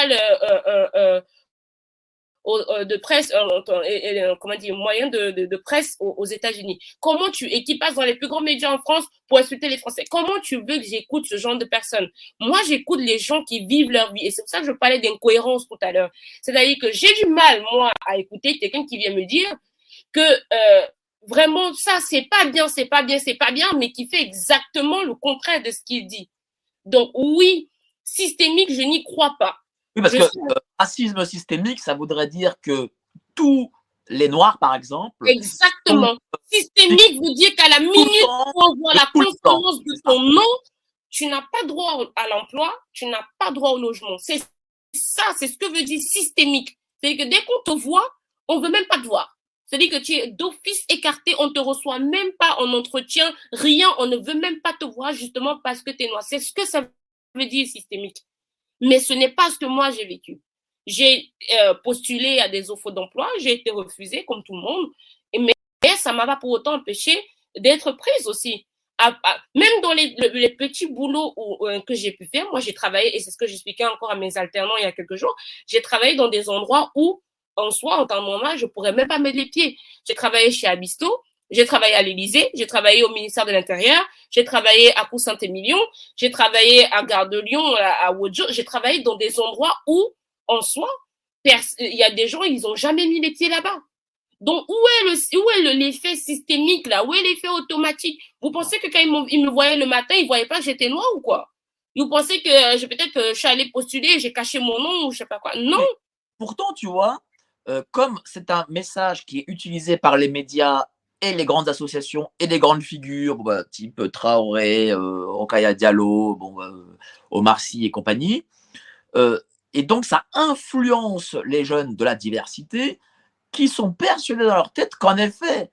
de presse, comment dire, moyen de presse aux États-Unis. Et qui passe dans les plus grands médias en France pour insulter les Français. Comment tu veux que j'écoute ce genre de personnes? Moi, j'écoute les gens qui vivent leur vie. Et c'est pour ça que je parlais d'incohérence tout à l'heure. C'est-à-dire que j'ai du mal, moi, à écouter quelqu'un qui vient me dire que vraiment, ça, c'est pas bien, mais qui fait exactement le contraire de ce qu'il dit. Donc, oui, systémique, je n'y crois pas. Oui, parce que racisme systémique, ça voudrait dire que tous les Noirs, par exemple… Exactement. Systémique veut dire qu'à la minute où on voit la consonance de ton nom, tu n'as pas droit à l'emploi, tu n'as pas droit au logement. C'est ça, c'est ce que veut dire systémique. C'est-à-dire que dès qu'on te voit, on veut même pas te voir. C'est-à-dire que tu es d'office écarté, on te reçoit même pas en entretien, rien, on ne veut même pas te voir justement parce que tu es noir. C'est ce que ça veut dire systémique. Mais ce n'est pas ce que moi j'ai vécu. J'ai postulé à des offres d'emploi, j'ai été refusée comme tout le monde, mais ça m'a pas pour autant empêché d'être prise aussi. Même dans les petits boulots que j'ai pu faire, moi j'ai travaillé, et c'est ce que j'expliquais encore à mes alternants il y a quelques jours, j'ai travaillé dans des endroits où en soi, en temps normal, je pourrais même pas mettre les pieds. J'ai travaillé chez Abisto, j'ai travaillé à l'Élysée, j'ai travaillé au ministère de l'Intérieur, j'ai travaillé à Cour Saint-Émilion, j'ai travaillé à Gare de Lyon, à Wojo, j'ai travaillé dans des endroits où, en soi, il y a des gens, ils ont jamais mis les pieds là-bas. Donc, où est l'effet systémique là? Où est l'effet automatique? Vous pensez que quand ils me voyaient le matin, ils voyaient pas que j'étais noire ou quoi? Vous pensez que je suis allée postuler, j'ai caché mon nom ou je sais pas quoi? Non. Mais pourtant, tu vois, comme c'est un message qui est utilisé par les médias et les grandes associations et les grandes figures, type Traoré, Rokhaya Diallo, Omar Sy et compagnie, et donc ça influence les jeunes de la diversité qui sont persuadés dans leur tête qu'en effet,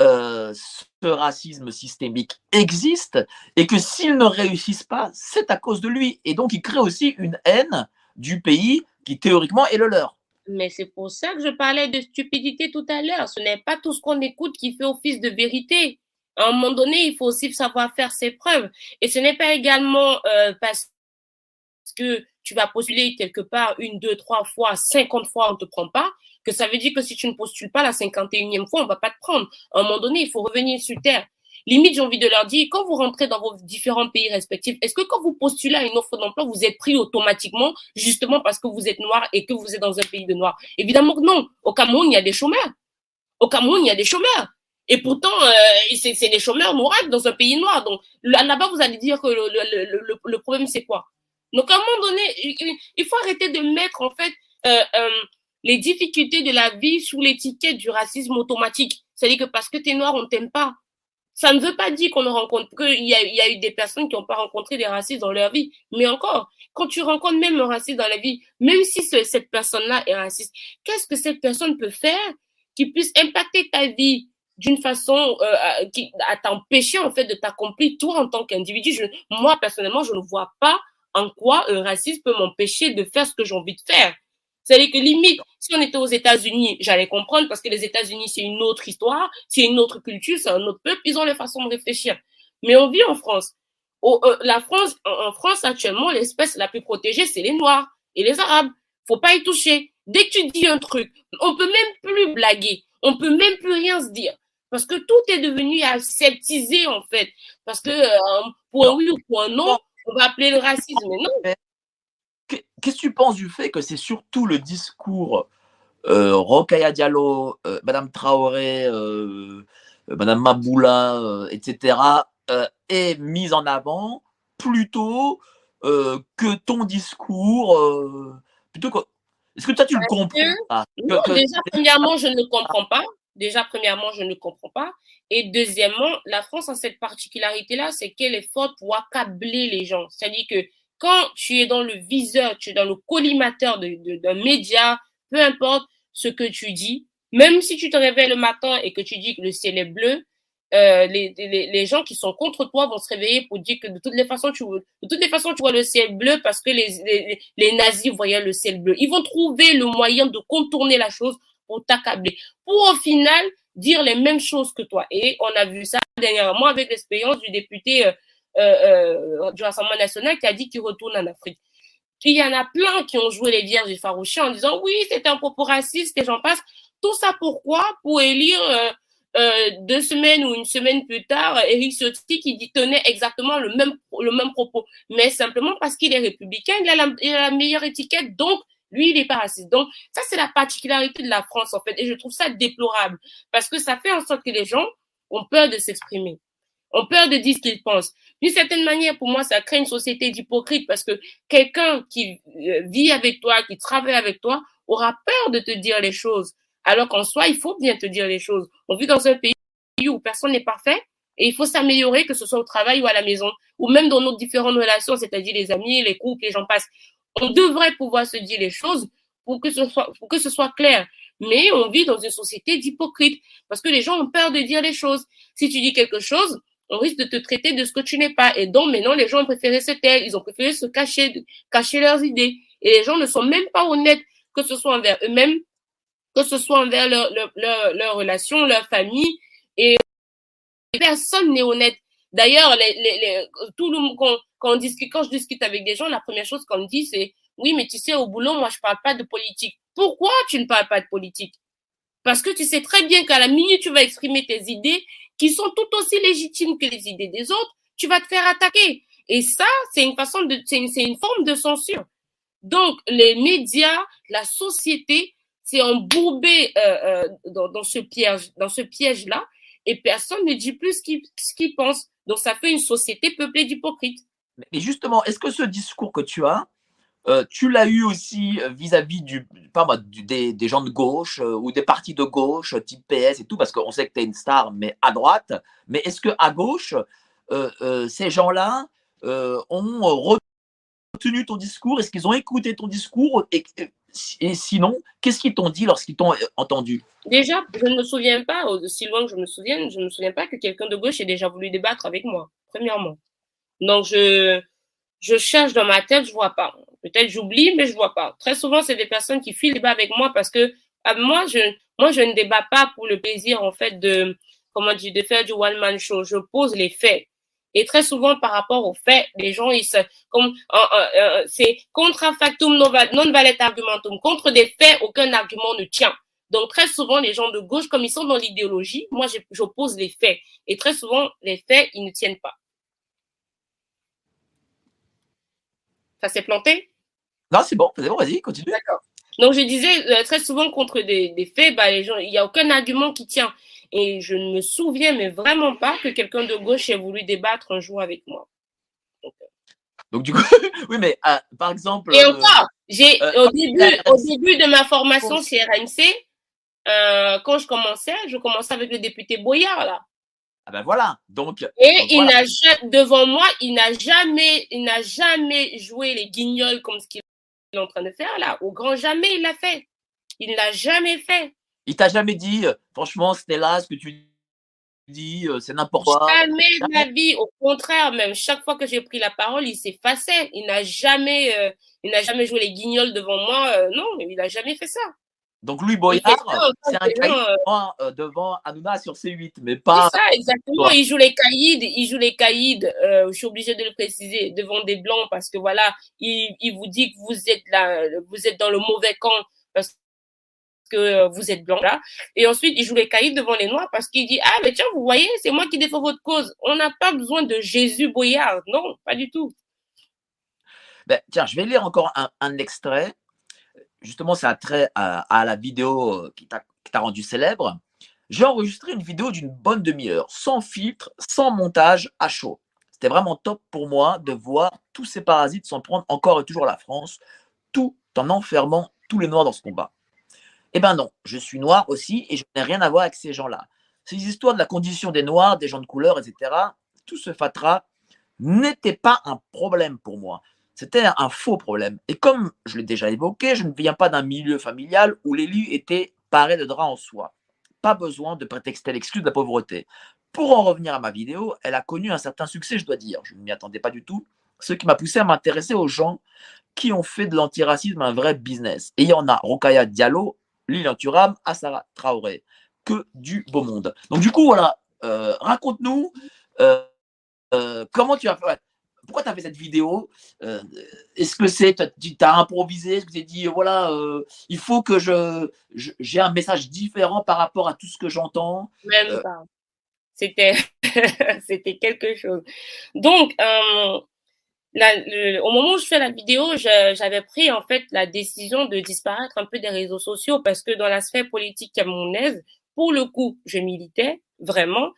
ce racisme systémique existe et que s'ils ne réussissent pas, c'est à cause de lui. Et donc, ils créent aussi une haine du pays qui théoriquement est le leur. Mais c'est pour ça que je parlais de stupidité tout à l'heure. Ce n'est pas tout ce qu'on écoute qui fait office de vérité. À un moment donné, il faut aussi savoir faire ses preuves. Et ce n'est pas également parce que tu vas postuler quelque part 1, 2, 3 fois, 50 fois, on ne te prend pas, que ça veut dire que si tu ne postules pas la 51e fois, on ne va pas te prendre. À un moment donné, il faut revenir sur terre. Limite, j'ai envie de leur dire, quand vous rentrez dans vos différents pays respectifs, est-ce que quand vous postulez à une offre d'emploi, vous êtes pris automatiquement justement parce que vous êtes noir et que vous êtes dans un pays de noirs? Évidemment que non. Au Cameroun, il y a des chômeurs. Et pourtant, c'est des chômeurs noirs dans un pays noir. Donc là-bas, vous allez dire que le problème, c'est quoi? Donc à un moment donné, il faut arrêter de mettre en fait les difficultés de la vie sous l'étiquette du racisme automatique. C'est-à-dire que parce que tu es noir, on t'aime pas. Ça ne veut pas dire qu'on ne rencontre qu'il y a eu des personnes qui n'ont pas rencontré des racistes dans leur vie. Mais encore, quand tu rencontres même un raciste dans la vie, même si cette personne-là est raciste, qu'est-ce que cette personne peut faire qui puisse impacter ta vie d'une façon à t'empêcher en fait de t'accomplir toi en tant qu'individu? Moi, personnellement, je ne vois pas en quoi un raciste peut m'empêcher de faire ce que j'ai envie de faire. C'est-à-dire que limite, si on était aux États-Unis, j'allais comprendre parce que les États-Unis, c'est une autre histoire, c'est une autre culture, c'est un autre peuple, ils ont leur façon de réfléchir. Mais on vit en France. La France, en France, actuellement, l'espèce la plus protégée, c'est les Noirs et les Arabes. Faut pas y toucher. Dès que tu dis un truc, on peut même plus blaguer. On peut même plus rien se dire. Parce que tout est devenu aseptisé, en fait. Parce que pour un oui ou pour un non, on va appeler le racisme. Mais non. Qu'est-ce que tu penses du fait que c'est surtout le discours Rokhaya Diallo, Madame Traoré, Madame Maboula, etc., est mis en avant plutôt que ton discours, plutôt que... Est-ce que toi, tu le comprends? Non, déjà, premièrement, je ne comprends pas. Déjà, premièrement, je ne comprends pas. Et deuxièmement, la France a cette particularité-là, c'est qu'elle est forte pour accabler les gens. C'est-à-dire que quand tu es dans le viseur, tu es dans le collimateur d'un média, peu importe ce que tu dis, même si tu te réveilles le matin et que tu dis que le ciel est bleu, les gens qui sont contre toi vont se réveiller pour dire que de toutes les façons, tu vois le ciel bleu parce que les nazis voyaient le ciel bleu. Ils vont trouver le moyen de contourner la chose pour t'accabler, pour au final dire les mêmes choses que toi. Et on a vu ça dernièrement avec l'expérience du député du Rassemblement national qui a dit qu'il retourne en Afrique. Puis il y en a plein qui ont joué les vierges effarouchées en disant oui, c'était un propos raciste et j'en passe. Tout ça pourquoi? Pour élire 2 semaines ou une semaine plus tard, Éric Ciotti qui tenait exactement le même propos. Mais simplement parce qu'il est républicain, il a la meilleure étiquette, donc lui, il n'est pas raciste. Donc, ça, c'est la particularité de la France, en fait. Et je trouve ça déplorable. Parce que ça fait en sorte que les gens ont peur de s'exprimer. Ont peur de dire ce qu'ils pensent. D'une certaine manière, pour moi, ça crée une société d'hypocrites parce que quelqu'un qui vit avec toi, qui travaille avec toi, aura peur de te dire les choses. Alors qu'en soi, il faut bien te dire les choses. On vit dans un pays où personne n'est parfait et il faut s'améliorer, que ce soit au travail ou à la maison, ou même dans nos différentes relations, c'est-à-dire les amis, les couples, et j'en passe. On devrait pouvoir se dire les choses pour que ce soit clair. Mais on vit dans une société d'hypocrites parce que les gens ont peur de dire les choses. Si tu dis quelque chose, on risque de te traiter de ce que tu n'es pas. Et donc, maintenant, les gens ont préféré se taire, ils ont préféré se cacher leurs idées. Et les gens ne sont même pas honnêtes, que ce soit envers eux-mêmes, que ce soit envers leur relation, leur famille. Et personne n'est honnête. D'ailleurs, tout le monde, quand je discute avec des gens, la première chose qu'on me dit, c'est oui, mais tu sais, au boulot, moi, je parle pas de politique. Pourquoi tu ne parles pas de politique? Parce que tu sais très bien qu'à la minute tu vas exprimer tes idées, qui sont tout aussi légitimes que les idées des autres, tu vas te faire attaquer. Et ça, c'est une forme de censure. Donc, les médias, la société, c'est embourbé dans ce piège-là, et personne ne dit plus ce qu'il pense. Donc, ça fait une société peuplée d'hypocrites. Mais justement, est-ce que ce discours que tu as, tu l'as eu aussi vis-à-vis des gens de gauche ou des partis de gauche, type PS et tout, parce qu'on sait que tu es une star, mais à droite. Mais est-ce qu'à gauche, ces gens-là ont retenu ton discours? Est-ce qu'ils ont écouté ton discours? Et sinon, qu'est-ce qu'ils t'ont dit lorsqu'ils t'ont entendu? Déjà, je ne me souviens pas, aussi loin que je me souviens pas que quelqu'un de gauche ait déjà voulu débattre avec moi, premièrement. Donc, je cherche dans ma tête, je vois pas. Peut-être j'oublie, mais je vois pas. Très souvent, c'est des personnes qui fuient le débat avec moi parce que moi, je ne débat pas pour le plaisir, en fait, de faire du one-man show. Je pose les faits. Et très souvent, par rapport aux faits, les gens, c'est contra factum non valet argumentum. Contre des faits, aucun argument ne tient. Donc, très souvent, les gens de gauche, comme ils sont dans l'idéologie, moi, j'oppose les faits. Et très souvent, les faits, ils ne tiennent pas. Ça s'est planté? Non, c'est bon, vas-y, continue. D'accord. Donc, je disais, très souvent, contre des faits, les gens, il n'y a aucun argument qui tient. Et je ne me souviens, mais vraiment pas, que quelqu'un de gauche ait voulu débattre un jour avec moi. Donc, du coup, oui, mais par exemple. Et encore, au début de ma formation chez RMC, quand je commençais avec le député Boyard, là. Ah ben voilà. Donc, il voilà. devant moi, il n'a jamais joué les guignols comme ce qu'il est en train de faire là. Au grand jamais, il l'a fait. Il ne l'a jamais fait. Il t'a jamais dit, franchement, Stella, ce que tu dis, c'est n'importe quoi. Jamais de la vie. Au contraire, même chaque fois que j'ai pris la parole, il s'effaçait. Il n'a jamais joué les guignols devant moi. Non, il n'a jamais fait ça. Donc Louis Boyard, c'est un caïd devant Hanouna sur C8, mais pas. C'est ça, exactement. Toi. Il joue les caïds. Je suis obligée de le préciser devant des blancs parce que voilà, il vous dit que vous êtes dans le mauvais camp parce que vous êtes blanc là. Et ensuite, il joue les caïds devant les noirs parce qu'il dit mais tiens, vous voyez, c'est moi qui défends votre cause. On n'a pas besoin de Jésus Boyard, non, pas du tout. Ben, tiens, je vais lire encore un extrait. Justement, ça a trait à la vidéo qui t'a rendu célèbre. J'ai enregistré une vidéo d'une bonne demi-heure, sans filtre, sans montage, à chaud. C'était vraiment top pour moi de voir tous ces parasites s'en prendre encore et toujours à la France, tout en enfermant tous les Noirs dans ce combat. Eh ben non, je suis noir aussi et je n'ai rien à voir avec ces gens-là. Ces histoires de la condition des Noirs, des gens de couleur, etc., tout ce fatras n'était pas un problème pour moi. C'était un faux problème. Et comme je l'ai déjà évoqué, je ne viens pas d'un milieu familial où l'élu était paré de drap en soie. Pas besoin de prétexter l'excuse de la pauvreté. Pour en revenir à ma vidéo, elle a connu un certain succès, je dois dire. Je ne m'y attendais pas du tout. Ce qui m'a poussé à m'intéresser aux gens qui ont fait de l'antiracisme un vrai business. Et il y en a Rokhaya Diallo, Lilian Thuram, Assara Traoré. Que du beau monde. Donc du coup, voilà, raconte-nous comment tu as fait. Pourquoi tu as fait cette vidéo? Est-ce que tu as improvisé? Est-ce que tu t'es dit, voilà, il faut que j'ai un message différent par rapport à tout ce que j'entends? Même pas. C'était quelque chose. Donc, au moment où je fais la vidéo, j'avais pris en fait la décision de disparaître un peu des réseaux sociaux parce que dans la sphère politique camerounaise, pour le coup, je militais vraiment.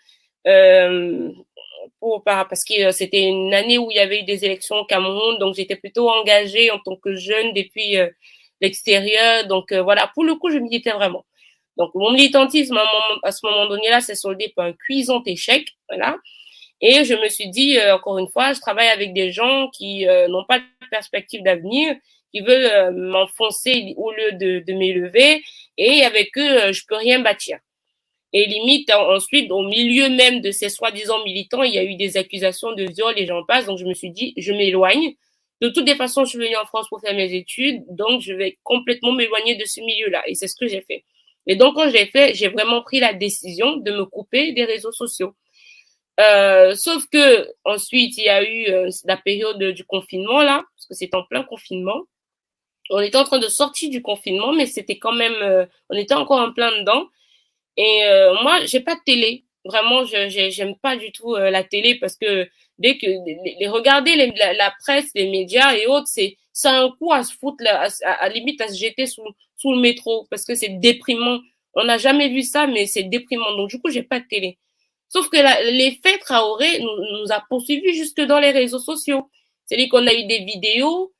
Parce que c'était une année où il y avait eu des élections au Cameroun, donc j'étais plutôt engagée en tant que jeune depuis l'extérieur. Donc voilà, pour le coup, je militais vraiment. Donc mon militantisme à ce moment donné-là s'est soldé par un cuisant échec, voilà. Et je me suis dit, encore une fois, je travaille avec des gens qui n'ont pas de perspective d'avenir, qui veulent m'enfoncer au lieu de m'élever, et avec eux, je peux rien bâtir. Et limite, ensuite, au milieu même de ces soi-disant militants, il y a eu des accusations de viol et j'en passe. Donc, je me suis dit, je m'éloigne. De toutes les façons, je suis venue en France pour faire mes études. Donc, je vais complètement m'éloigner de ce milieu-là. Et c'est ce que j'ai fait. Et donc, quand j'ai fait, j'ai vraiment pris la décision de me couper des réseaux sociaux. Sauf que ensuite, il y a eu la période du confinement, là, parce que c'est en plein confinement. On était en train de sortir du confinement, mais c'était quand même, on était encore en plein dedans. Et moi, j'ai pas de télé. Vraiment, j'aime pas du tout la télé parce que dès que regarder la presse, les médias et autres, c'est un coup à se foutre, à limite à se jeter sous le métro parce que c'est déprimant. On n'a jamais vu ça, mais c'est déprimant. Donc du coup, j'ai pas de télé. Sauf que l'effet Traoré nous a poursuivis jusque dans les réseaux sociaux. C'est-à-dire qu'on a eu des vidéos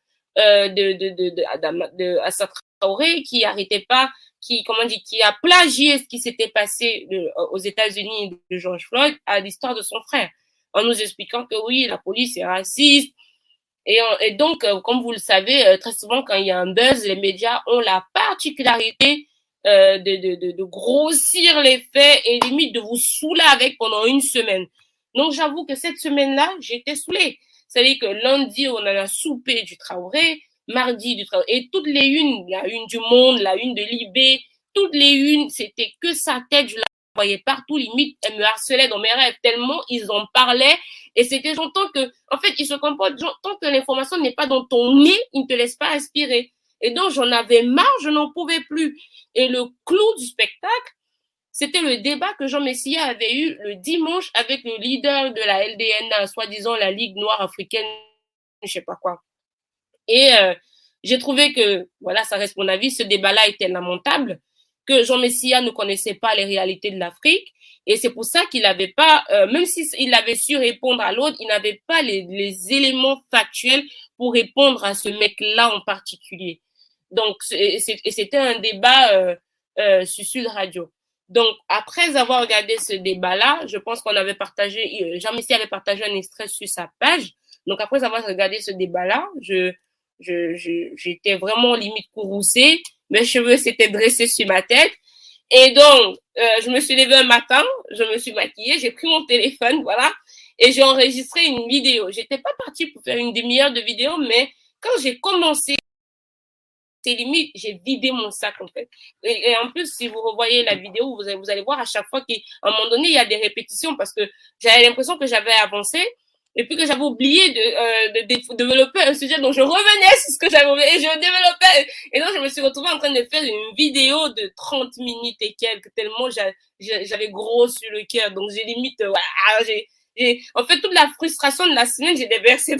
de Assa Traoré qui arrêtait pas, qui a plagié ce qui s'était passé aux États-Unis de George Floyd à l'histoire de son frère, en nous expliquant que oui, la police est raciste. Et donc, comme vous le savez, très souvent quand il y a un buzz, les médias ont la particularité de grossir les faits et limite de vous saouler avec pendant une semaine. Donc, j'avoue que cette semaine-là, j'étais saoulée. C'est-à-dire que lundi, on a la soupé du Traoré, mardi du Traoré, et toutes les unes, la une du Monde, la une de Libé, toutes les unes, c'était que sa tête, je la voyais partout, limite, elle me harcelait dans mes rêves, tellement ils en parlaient, et c'était j'entends que, en fait, ils se comportent, tant que l'information n'est pas dans ton nez, ils ne te laissent pas aspirer. Et donc, j'en avais marre, je n'en pouvais plus. Et le clou du spectacle, c'était le débat que Jean Messia avait eu le dimanche avec le leader de la LDN, soi-disant la Ligue Noire Africaine, je sais pas quoi. Et j'ai trouvé que, voilà, ça reste mon avis, ce débat-là était lamentable, que Jean Messia ne connaissait pas les réalités de l'Afrique. Et c'est pour ça qu'il n'avait pas, même s'il avait su répondre à l'autre, il n'avait pas les éléments factuels pour répondre à ce mec-là en particulier. Donc, c'était un débat sur Sud Radio. Donc, après avoir regardé ce débat-là, je pense qu'on avait partagé, Jean Messia avait partagé un extrait sur sa page. Donc, après avoir regardé ce débat-là, j'étais vraiment limite courroucée. Mes cheveux s'étaient dressés sur ma tête. Et donc, je me suis levée un matin, je me suis maquillée, j'ai pris mon téléphone, voilà, et j'ai enregistré une vidéo. J'étais pas partie pour faire une demi-heure de vidéo, mais quand j'ai commencé, c'est limite, j'ai vidé mon sac, en fait. Et en plus, si vous revoyez la vidéo, vous allez voir à chaque fois qu'à un moment donné, il y a des répétitions parce que j'avais l'impression que j'avais avancé et puis que j'avais oublié de développer un sujet. Donc, je revenais sur ce que j'avais oublié et je développais. Et donc, je me suis retrouvée en train de faire une vidéo de 30 minutes et quelques, tellement j'avais gros sur le cœur. Donc, j'ai limite, voilà, en fait, toute la frustration de la semaine, j'ai déversé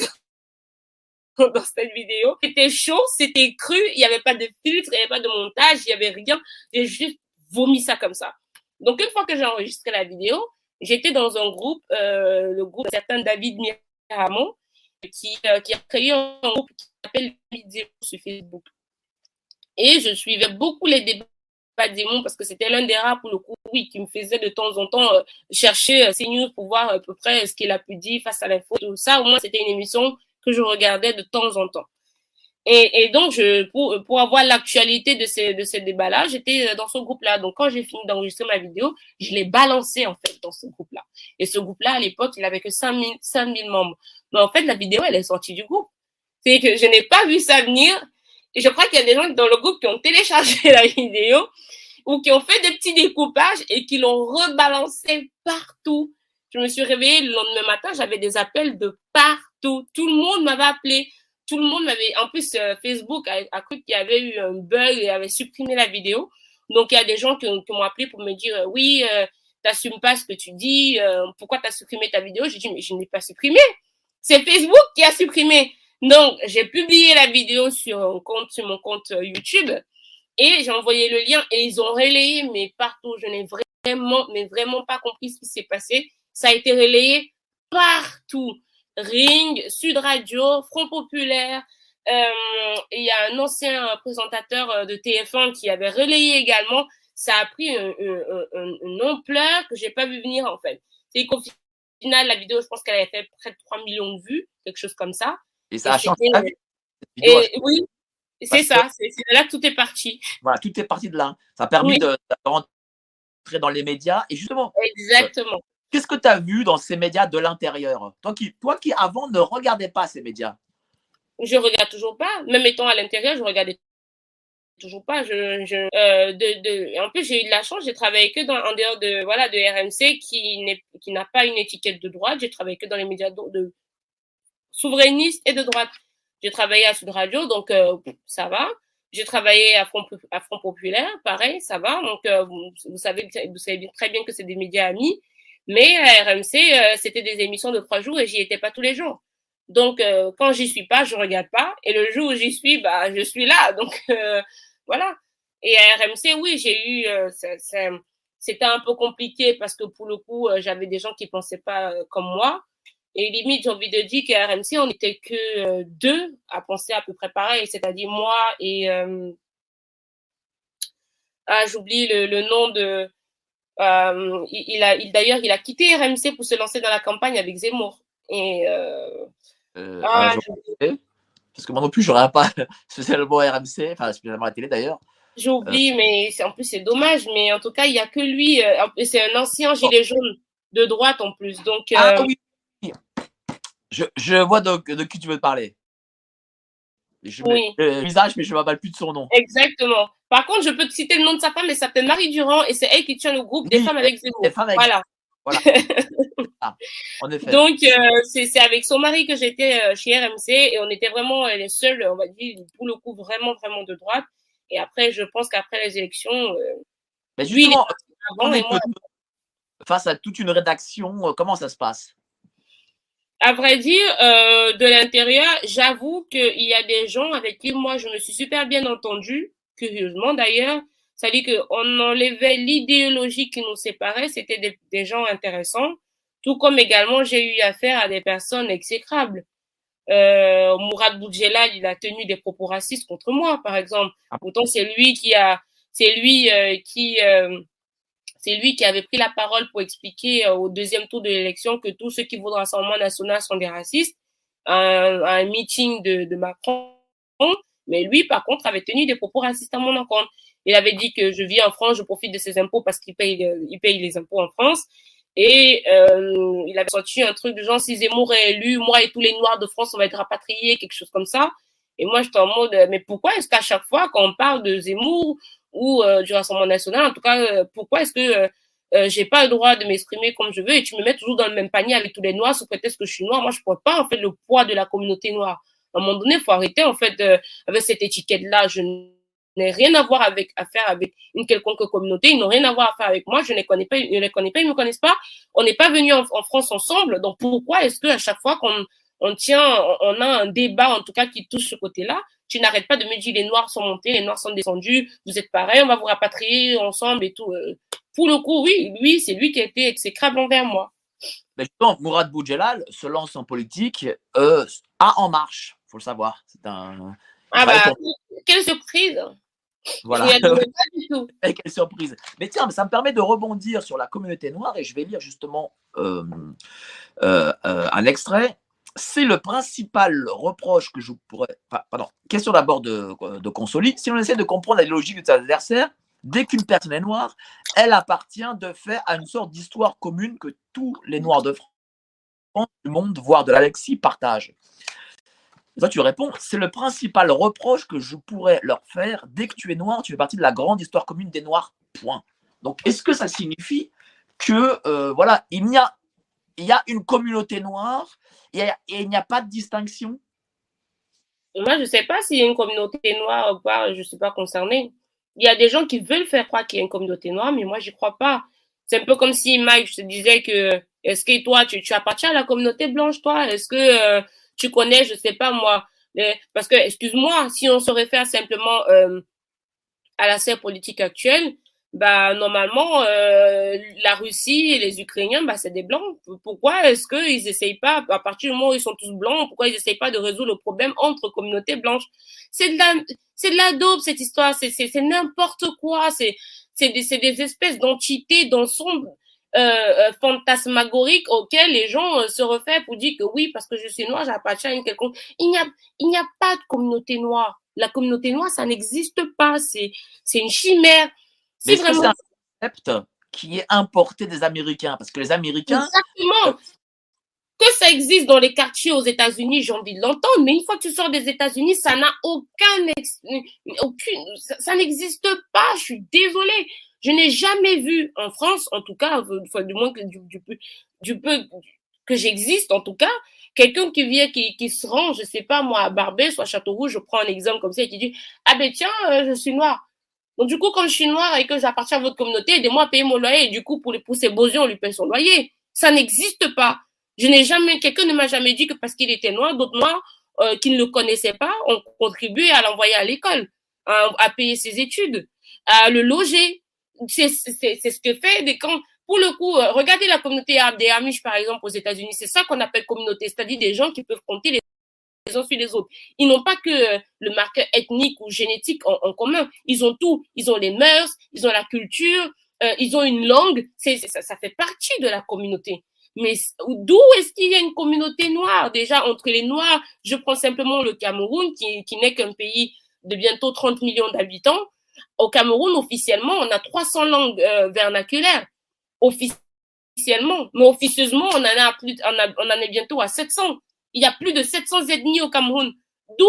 dans cette vidéo. C'était chaud, c'était cru, il n'y avait pas de filtre, il n'y avait pas de montage, il n'y avait rien. J'ai juste vomi ça comme ça. Donc, une fois que j'ai enregistré la vidéo, j'étais dans un groupe, le groupe de certain David Miramont, qui a créé un groupe qui s'appelle Vidéo sur Facebook. Et je suivais beaucoup les débats d'Emon parce que c'était l'un des rares, pour le coup, oui, qui me faisait de temps en temps chercher CNews pour voir à peu près ce qu'il a pu dire face à l'info. Tout ça, au moins, c'était une émission que je regardais de temps en temps. Et donc, pour avoir l'actualité de ces débats-là, j'étais dans ce groupe-là. Donc, quand j'ai fini d'enregistrer ma vidéo, je l'ai balancée, en fait, dans ce groupe-là. Et ce groupe-là, à l'époque, il avait que 5000 membres. Mais en fait, la vidéo, elle est sortie du groupe. C'est que je n'ai pas vu ça venir. Et je crois qu'il y a des gens dans le groupe qui ont téléchargé la vidéo ou qui ont fait des petits découpages et qui l'ont rebalancé partout. Je me suis réveillée le lendemain matin, j'avais des appels de partout. Tout le monde m'avait appelé. Tout le monde m'avait... En plus, Facebook a cru qu'il y avait eu un bug et avait supprimé la vidéo. Donc, il y a des gens qui m'ont appelé pour me dire « Oui, t'assumes pas ce que tu dis. Pourquoi t'as supprimé ta vidéo ?» J'ai dit « Mais je n'ai pas supprimé. C'est Facebook qui a supprimé. » Donc, j'ai publié la vidéo sur mon compte YouTube et j'ai envoyé le lien et ils ont relayé, mais partout. Je n'ai vraiment pas compris ce qui s'est passé. Ça a été relayé partout. Ring, Sud Radio, Front Populaire. Il y a un ancien présentateur de TF1 qui avait relayé également. Ça a pris une ampleur que j'ai pas vu venir, en fait. C'est qu'au final, la vidéo, je pense qu'elle avait fait près de 3 millions de vues, quelque chose comme ça. Et ça a changé ta vie. Oui, c'est ça. C'est de là que tout est parti. Voilà, tout est parti de là. Ça a permis de rentrer dans les médias. Et justement, exactement. Qu'est-ce que tu as vu dans ces médias de l'intérieur? Toi qui avant ne regardais pas ces médias. Je regarde toujours pas. Même étant à l'intérieur, je regardais toujours pas. En plus, j'ai eu de la chance. J'ai travaillé que en dehors de RMC qui n'a pas une étiquette de droite. J'ai travaillé que dans les médias de souverainistes et de droite. J'ai travaillé à Sud Radio, donc ça va. J'ai travaillé à Front Populaire, pareil, ça va. Donc vous savez très bien que c'est des médias amis. Mais à RMC, c'était des émissions de 3 jours et j'y étais pas tous les jours. Donc, quand j'y suis pas, je regarde pas. Et le jour où j'y suis, bah, je suis là. Donc, voilà. Et à RMC, oui, j'ai eu... c'était un peu compliqué parce que pour le coup, j'avais des gens qui pensaient pas comme moi. Et limite, j'ai envie de dire qu'à RMC, on n'était que 2 à penser à peu près pareil. C'est-à-dire moi et... j'oublie le nom de... D'ailleurs, il a quitté RMC pour se lancer dans la campagne avec Zemmour. Et parce que moi non plus, j'aurais pas spécialement RMC, enfin spécialement la télé d'ailleurs. J'oublie, mais en plus c'est dommage. Mais en tout cas, il y a que lui. C'est un ancien gilet jaune de droite en plus. Donc oui. Je vois de qui tu veux te parler. Oui. Le visage, mais je ne me rappelle plus de son nom. Exactement. Par contre, je peux te citer le nom de sa femme, elle s'appelle Marie Durand et c'est elle qui tient le groupe des femmes avec Zemmour. Voilà. En effet. Donc, c'est avec son mari que j'étais chez RMC et on était vraiment les seuls, on va dire, pour le coup, vraiment de droite. Et après, je pense qu'après les élections, mais justement, face à toute une rédaction, comment ça se passe? À vrai dire, de l'intérieur, j'avoue qu'il y a des gens avec qui moi je me suis super bien entendue, curieusement d'ailleurs. C'est-à-dire qu'on enlevait l'idéologie qui nous séparait, c'était des gens intéressants, tout comme également j'ai eu affaire à des personnes exécrables. Mourad Boudjelal, il a tenu des propos racistes contre moi, par exemple. Pourtant, c'est lui qui avait pris la parole pour expliquer au deuxième tour de l'élection que tous ceux qui votent le Rassemblement national sont des racistes, à un meeting de Macron. Mais lui, par contre, avait tenu des propos racistes à mon encontre. Il avait dit que je vis en France, je profite de ses impôts parce qu'il paye les impôts en France. Et il avait sorti un truc de genre, si Zemmour est élu, moi et tous les Noirs de France, on va être rapatriés, quelque chose comme ça. Et moi, j'étais en mode, mais pourquoi est-ce qu'à chaque fois, quand on parle de Zemmour ou du Rassemblement national, en tout cas, pourquoi est-ce que j'ai pas le droit de m'exprimer comme je veux et tu me mets toujours dans le même panier avec tous les Noirs sous prétexte que je suis noire? Moi, je porte pas, en fait, le poids de la communauté noire. À un moment donné, il faut arrêter, en fait, avec cette étiquette-là. Je n'ai rien à voir à faire avec une quelconque communauté. Ils n'ont rien à voir à faire avec moi. Je ne les connais pas, ils ne les connaissent pas, ils ne me connaissent pas. On n'est pas venus en France ensemble. Donc, pourquoi est-ce qu'à chaque fois qu'on on a un débat, en tout cas, qui touche ce côté-là, tu n'arrêtes pas de me dire les Noirs sont montés, les Noirs sont descendus, vous êtes pareils, on va vous rapatrier ensemble et tout. Pour le coup, oui, lui, c'est lui qui a été exécrable envers moi. Mais justement, Mourad Boudjelal se lance en politique à En Marche, il faut le savoir. C'est un. Ah bah, quelle surprise! Voilà. Je pas du tout. Et quelle surprise. Mais tiens, ça me permet de rebondir sur la communauté noire et je vais lire justement un extrait. C'est le principal reproche que je pourrais. Enfin, pardon, question d'abord de Consoli. Si on essaie de comprendre la logique de ses adversaires, dès qu'une personne est noire, elle appartient de fait à une sorte d'histoire commune que tous les Noirs de France, du monde, voire de l'Alexis, partagent. Et toi, tu réponds, c'est le principal reproche que je pourrais leur faire. Dès que tu es noir, tu fais partie de la grande histoire commune des Noirs, point. Donc, est-ce que ça signifie que, voilà, il y a une communauté noire et il n'y a pas de distinction? Moi, je ne sais pas s'il y a une communauté noire ou pas, je ne suis pas concernée. Il y a des gens qui veulent faire croire qu'il y a une communauté noire, mais moi, j'y crois pas. C'est un peu comme si, Mike, je te disais que, est-ce que toi, tu appartiens à la communauté blanche, toi? Est-ce que tu connais, je sais pas, moi, parce que, excuse-moi, si on se réfère simplement à la scène politique actuelle, bah normalement la Russie et les Ukrainiens, bah c'est des blancs. Pourquoi est-ce qu'ils essayent pas, à partir du moment où ils sont tous blancs, pourquoi ils essayent pas de résoudre le problème entre communautés blanches? C'est de la daube cette histoire, c'est n'importe quoi, c'est des espèces d'entités d'ensemble fantasmagoriques auxquelles les gens se réfèrent pour dire que oui, parce que je suis noire, j'appartiens à une quelconque. Il n'y a pas de communauté noire. La communauté noire, ça n'existe pas. C'est une chimère. Mais est-ce que c'est un concept qui est importé des Américains? Parce que les Américains. Exactement. Que ça existe dans les quartiers aux États-Unis, j'ai envie de l'entendre, mais une fois que tu sors des États-Unis, ça n'a ça n'existe pas. Je suis désolée. Je n'ai jamais vu en France, en tout cas, du moins que du peu que j'existe, en tout cas, quelqu'un qui vient, qui se rend, je sais pas, moi, à Barbès ou à Châteaurouge, je prends un exemple comme ça, et qui dit, ah ben tiens, je suis noire. Donc du coup, comme je suis noire et que j'appartiens à votre communauté, aidez-moi à payer mon loyer, et du coup, pour ces beaux yeux, on lui paye son loyer. Ça n'existe pas. Quelqu'un ne m'a jamais dit que parce qu'il était noir, d'autres noirs qui ne le connaissaient pas ont contribué à l'envoyer à l'école, à payer ses études, à le loger. C'est ce que fait des camps. Pour le coup, regardez la communauté des Amish, par exemple, aux États-Unis. C'est ça qu'on appelle communauté, c'est-à-dire des gens qui peuvent compter les uns sur les autres. Ils n'ont pas que le marqueur ethnique ou génétique en commun. Ils ont tout. Ils ont les mœurs, ils ont la culture, ils ont une langue. Ça fait partie de la communauté. Mais d'où est-ce qu'il y a une communauté noire? Déjà, entre les Noirs, je prends simplement le Cameroun, qui n'est qu'un pays de bientôt 30 millions d'habitants. Au Cameroun, officiellement, on a 300 langues vernaculaires. Officiellement. Mais officieusement, on en est bientôt à 700. Il y a plus de 700 ethnies au Cameroun. D'où,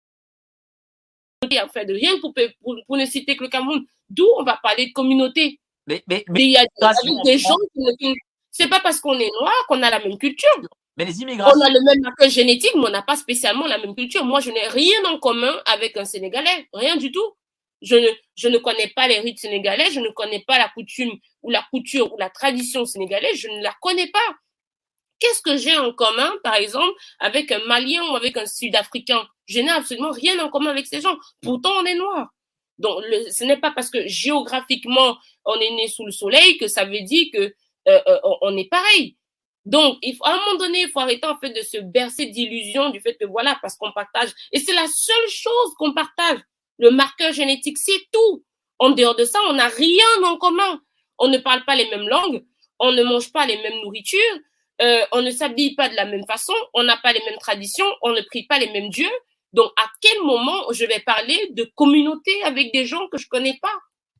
en fait, rien pour ne citer que le Cameroun, d'où on va parler de communauté. Mais il y a des gens qui c'est pas parce qu'on est noir qu'on a la même culture. Mais les immigrations. On a le même marqueur génétique, mais on n'a pas spécialement la même culture. Moi, je n'ai rien en commun avec un Sénégalais. Rien du tout. Je ne connais pas les rites sénégalais, je ne connais pas la coutume ou la couture ou la tradition sénégalaise, je ne la connais pas. Qu'est-ce que j'ai en commun, par exemple, avec un Malien ou avec un Sud-Africain? Je n'ai absolument rien en commun avec ces gens. Pourtant, on est noirs. Donc, ce n'est pas parce que géographiquement, on est né sous le soleil que ça veut dire que on est pareil. Donc, à un moment donné, il faut arrêter en fait de se bercer d'illusions du fait que voilà, parce qu'on partage. Et c'est la seule chose qu'on partage. Le marqueur génétique, c'est tout. En dehors de ça, on n'a rien en commun. On ne parle pas les mêmes langues, on ne mange pas les mêmes nourritures, on ne s'habille pas de la même façon, on n'a pas les mêmes traditions, on ne prie pas les mêmes dieux. Donc, à quel moment je vais parler de communauté avec des gens que je connais pas?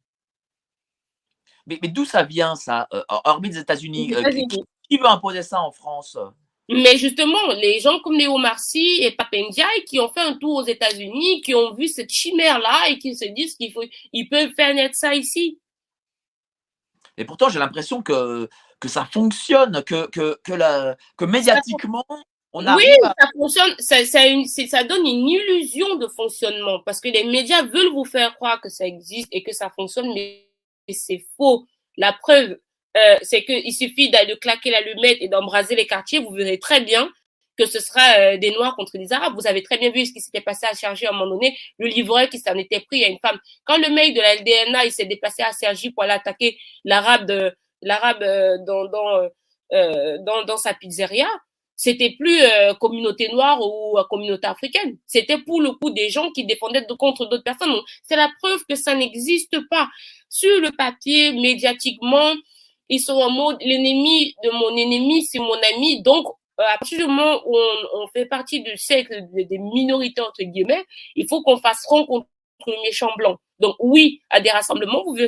Mais d'où ça vient, ça, hormis des États-Unis? Qui veut imposer ça en France? Mais justement, les gens comme Léo Marcy et Pape Ndiaye qui ont fait un tour aux États-Unis, qui ont vu cette chimère-là et qui se disent qu'ils peuvent faire naître ça ici. Et pourtant, j'ai l'impression que ça fonctionne, que médiatiquement, on arrive ça fonctionne, ça donne une illusion de fonctionnement parce que les médias veulent vous faire croire que ça existe et que ça fonctionne, mais c'est faux. La preuve, c'est qu'il suffit de claquer l'allumette et d'embraser les quartiers, vous verrez très bien que ce sera des Noirs contre des Arabes. Vous avez très bien vu ce qui s'était passé à Cergy à un moment donné, le livreur qui s'en était pris à une femme. Quand le mec de la LDNA, il s'est déplacé à Cergy pour aller attaquer l'arabe dans sa pizzeria, c'était plus communauté noire ou communauté africaine. C'était pour le coup des gens qui défendaient contre d'autres personnes. Donc, c'est la preuve que ça n'existe pas. Sur le papier, médiatiquement, ils sont en mode l'ennemi de mon ennemi, c'est mon ami. Donc, à partir du moment où on fait partie du cercle des minorités, entre guillemets, il faut qu'on fasse front contre le méchant blanc. Donc, oui, à des rassemblements, vous verrez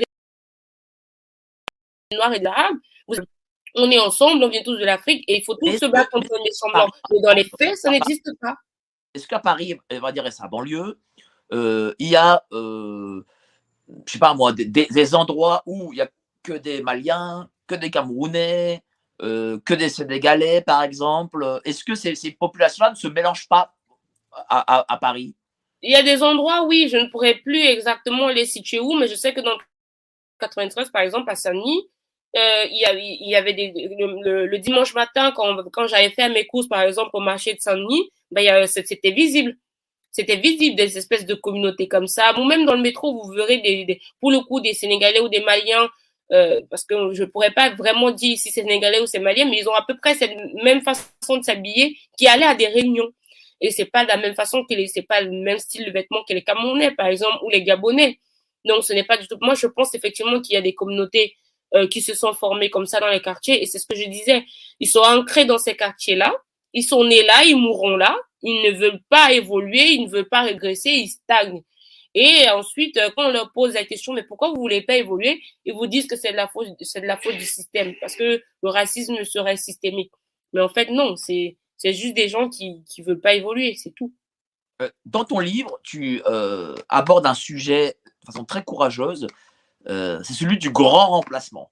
des Noirs et des Arabes. On est ensemble, on vient tous de l'Afrique et il faut tous se battre contre le méchant blanc. Mais dans les faits, ça n'existe pas. Est-ce qu'à Paris, on va dire, et sa banlieue, il y a, je sais pas moi, des endroits où il y a que des Maliens, que des Camerounais, que des Sénégalais, par exemple? Est-ce que ces populations-là ne se mélangent pas à Paris? Il y a des endroits, oui, je ne pourrais plus exactement les situer où, mais je sais que dans 93, par exemple, à Saint-Denis, il y avait le dimanche matin, quand j'avais fait mes courses, par exemple, au marché de Saint-Denis, ben, c'était visible. C'était visible des espèces de communautés comme ça. Ou même dans le métro, vous verrez pour le coup des Sénégalais ou des Maliens, parce que je pourrais pas vraiment dire si c'est Sénégalais ou c'est Malien, mais ils ont à peu près cette même façon de s'habiller qui allait à des réunions. Et c'est pas de la même façon c'est pas le même style de vêtements que les Camerounais, par exemple, ou les Gabonais. Donc, ce n'est pas du tout. Moi, je pense effectivement qu'il y a des communautés qui se sont formées comme ça dans les quartiers. Et c'est ce que je disais. Ils sont ancrés dans ces quartiers-là. Ils sont nés là, ils mourront là. Ils ne veulent pas évoluer, ils ne veulent pas régresser, ils stagnent. Et ensuite, quand on leur pose la question, mais pourquoi vous voulez pas évoluer, ils vous disent que c'est de la faute du système, parce que le racisme serait systémique. Mais en fait, non, c'est juste des gens qui veulent pas évoluer, c'est tout. Dans ton livre, tu abordes un sujet de façon très courageuse, c'est celui du grand remplacement.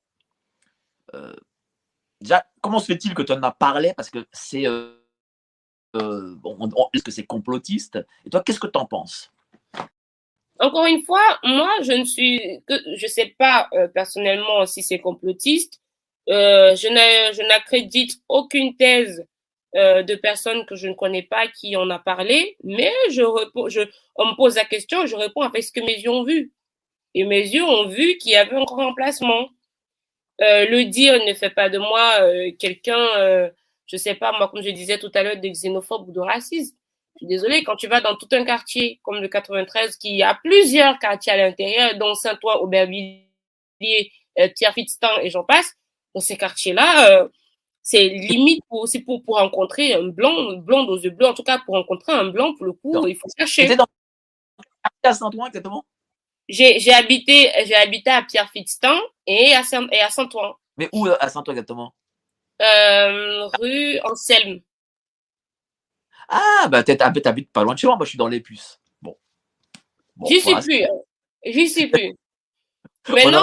Déjà, comment se fait-il que tu en as parlé? Parce que c'est est-ce que c'est complotiste? Et toi, qu'est-ce que tu en penses? Encore une fois, moi, je sais pas personnellement si c'est complotiste. Je n'accrédite aucune thèse de personnes que je ne connais pas qui en a parlé, mais on me pose la question, je réponds avec ce que mes yeux ont vu. Et mes yeux ont vu qu'il y avait un grand remplacement. Le dire ne fait pas de moi quelqu'un, je sais pas, moi, comme je disais tout à l'heure, de xénophobe ou de raciste. Je suis désolée, quand tu vas dans tout un quartier comme le 93, qui a plusieurs quartiers à l'intérieur, dont Saint-Ouen, Aubervilliers, Pierre-Fitzstan et j'en passe, dans ces quartiers-là, c'est limite c'est pour rencontrer un blond aux yeux bleus, en tout cas pour rencontrer un blanc, pour le coup, non. Il faut chercher. C'était dans à Saint-Ouen exactement? J'ai habité à Pierre-Fitzstan et à Saint-Ouen. Mais où à Saint-Ouen exactement? Rue Anselme. Ah, bah t'habites pas loin de chez moi, moi je suis dans les Puces. Bon. J'y suis plus. J'y suis plus. Maintenant,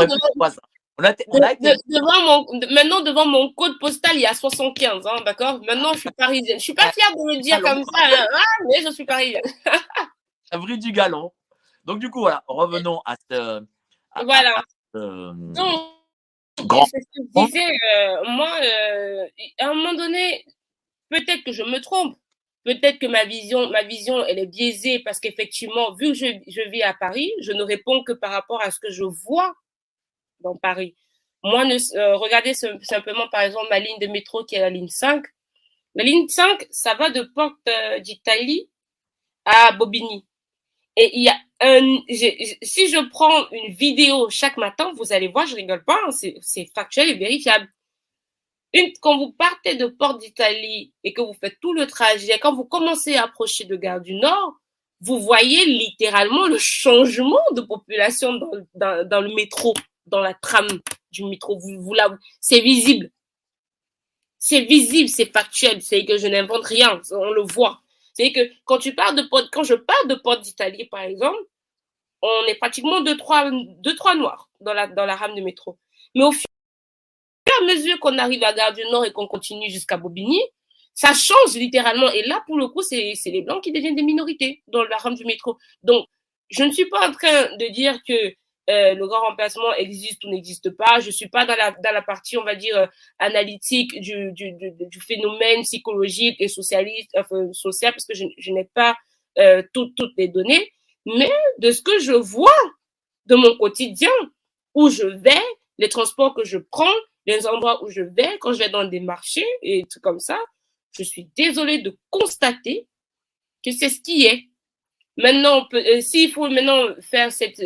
maintenant, devant mon code postal, il y a 75, hein, d'accord? Maintenant, je suis parisienne. Je suis pas fière de le dire comme ça, hein, mais je suis parisienne. Avenue du Galon. Donc, du coup, voilà, revenons à ce. Voilà. Donc, grand. C'est ce que je disais, moi, à un moment donné, peut-être que je me trompe, peut-être que ma vision, elle est biaisée parce qu'effectivement, vu que je vis à Paris, je ne réponds que par rapport à ce que je vois dans Paris. Moi, regardez simplement, par exemple, ma ligne de métro qui est la ligne 5. La ligne 5, ça va de Porte d'Italie à Bobigny. Et il y a si je prends une vidéo chaque matin, vous allez voir, je rigole pas, hein, c'est factuel et vérifiable. Quand vous partez de Porte d'Italie et que vous faites tout le trajet, quand vous commencez à approcher de Gare du Nord, vous voyez littéralement le changement de population dans le métro, dans la trame du métro. C'est visible. C'est visible, c'est factuel. C'est que je n'invente rien. On le voit. C'est que quand je pars de Porte d'Italie, par exemple, on est pratiquement deux, trois noirs dans la rame de métro. Mais au fur et à mesure qu'on arrive à Gare du Nord et qu'on continue jusqu'à Bobigny, ça change littéralement. Et là, pour le coup, c'est les blancs qui deviennent des minorités dans la rame du métro. Donc, je ne suis pas en train de dire que le grand remplacement existe ou n'existe pas. Je suis pas dans la partie, on va dire, analytique du phénomène psychologique et social, parce que je n'ai pas toutes les données. Mais de ce que je vois de mon quotidien, où je vais, les transports que je prends, les endroits où je vais, quand je vais dans des marchés et tout comme ça, je suis désolée de constater que c'est ce qui est. Maintenant, s'il faut maintenant faire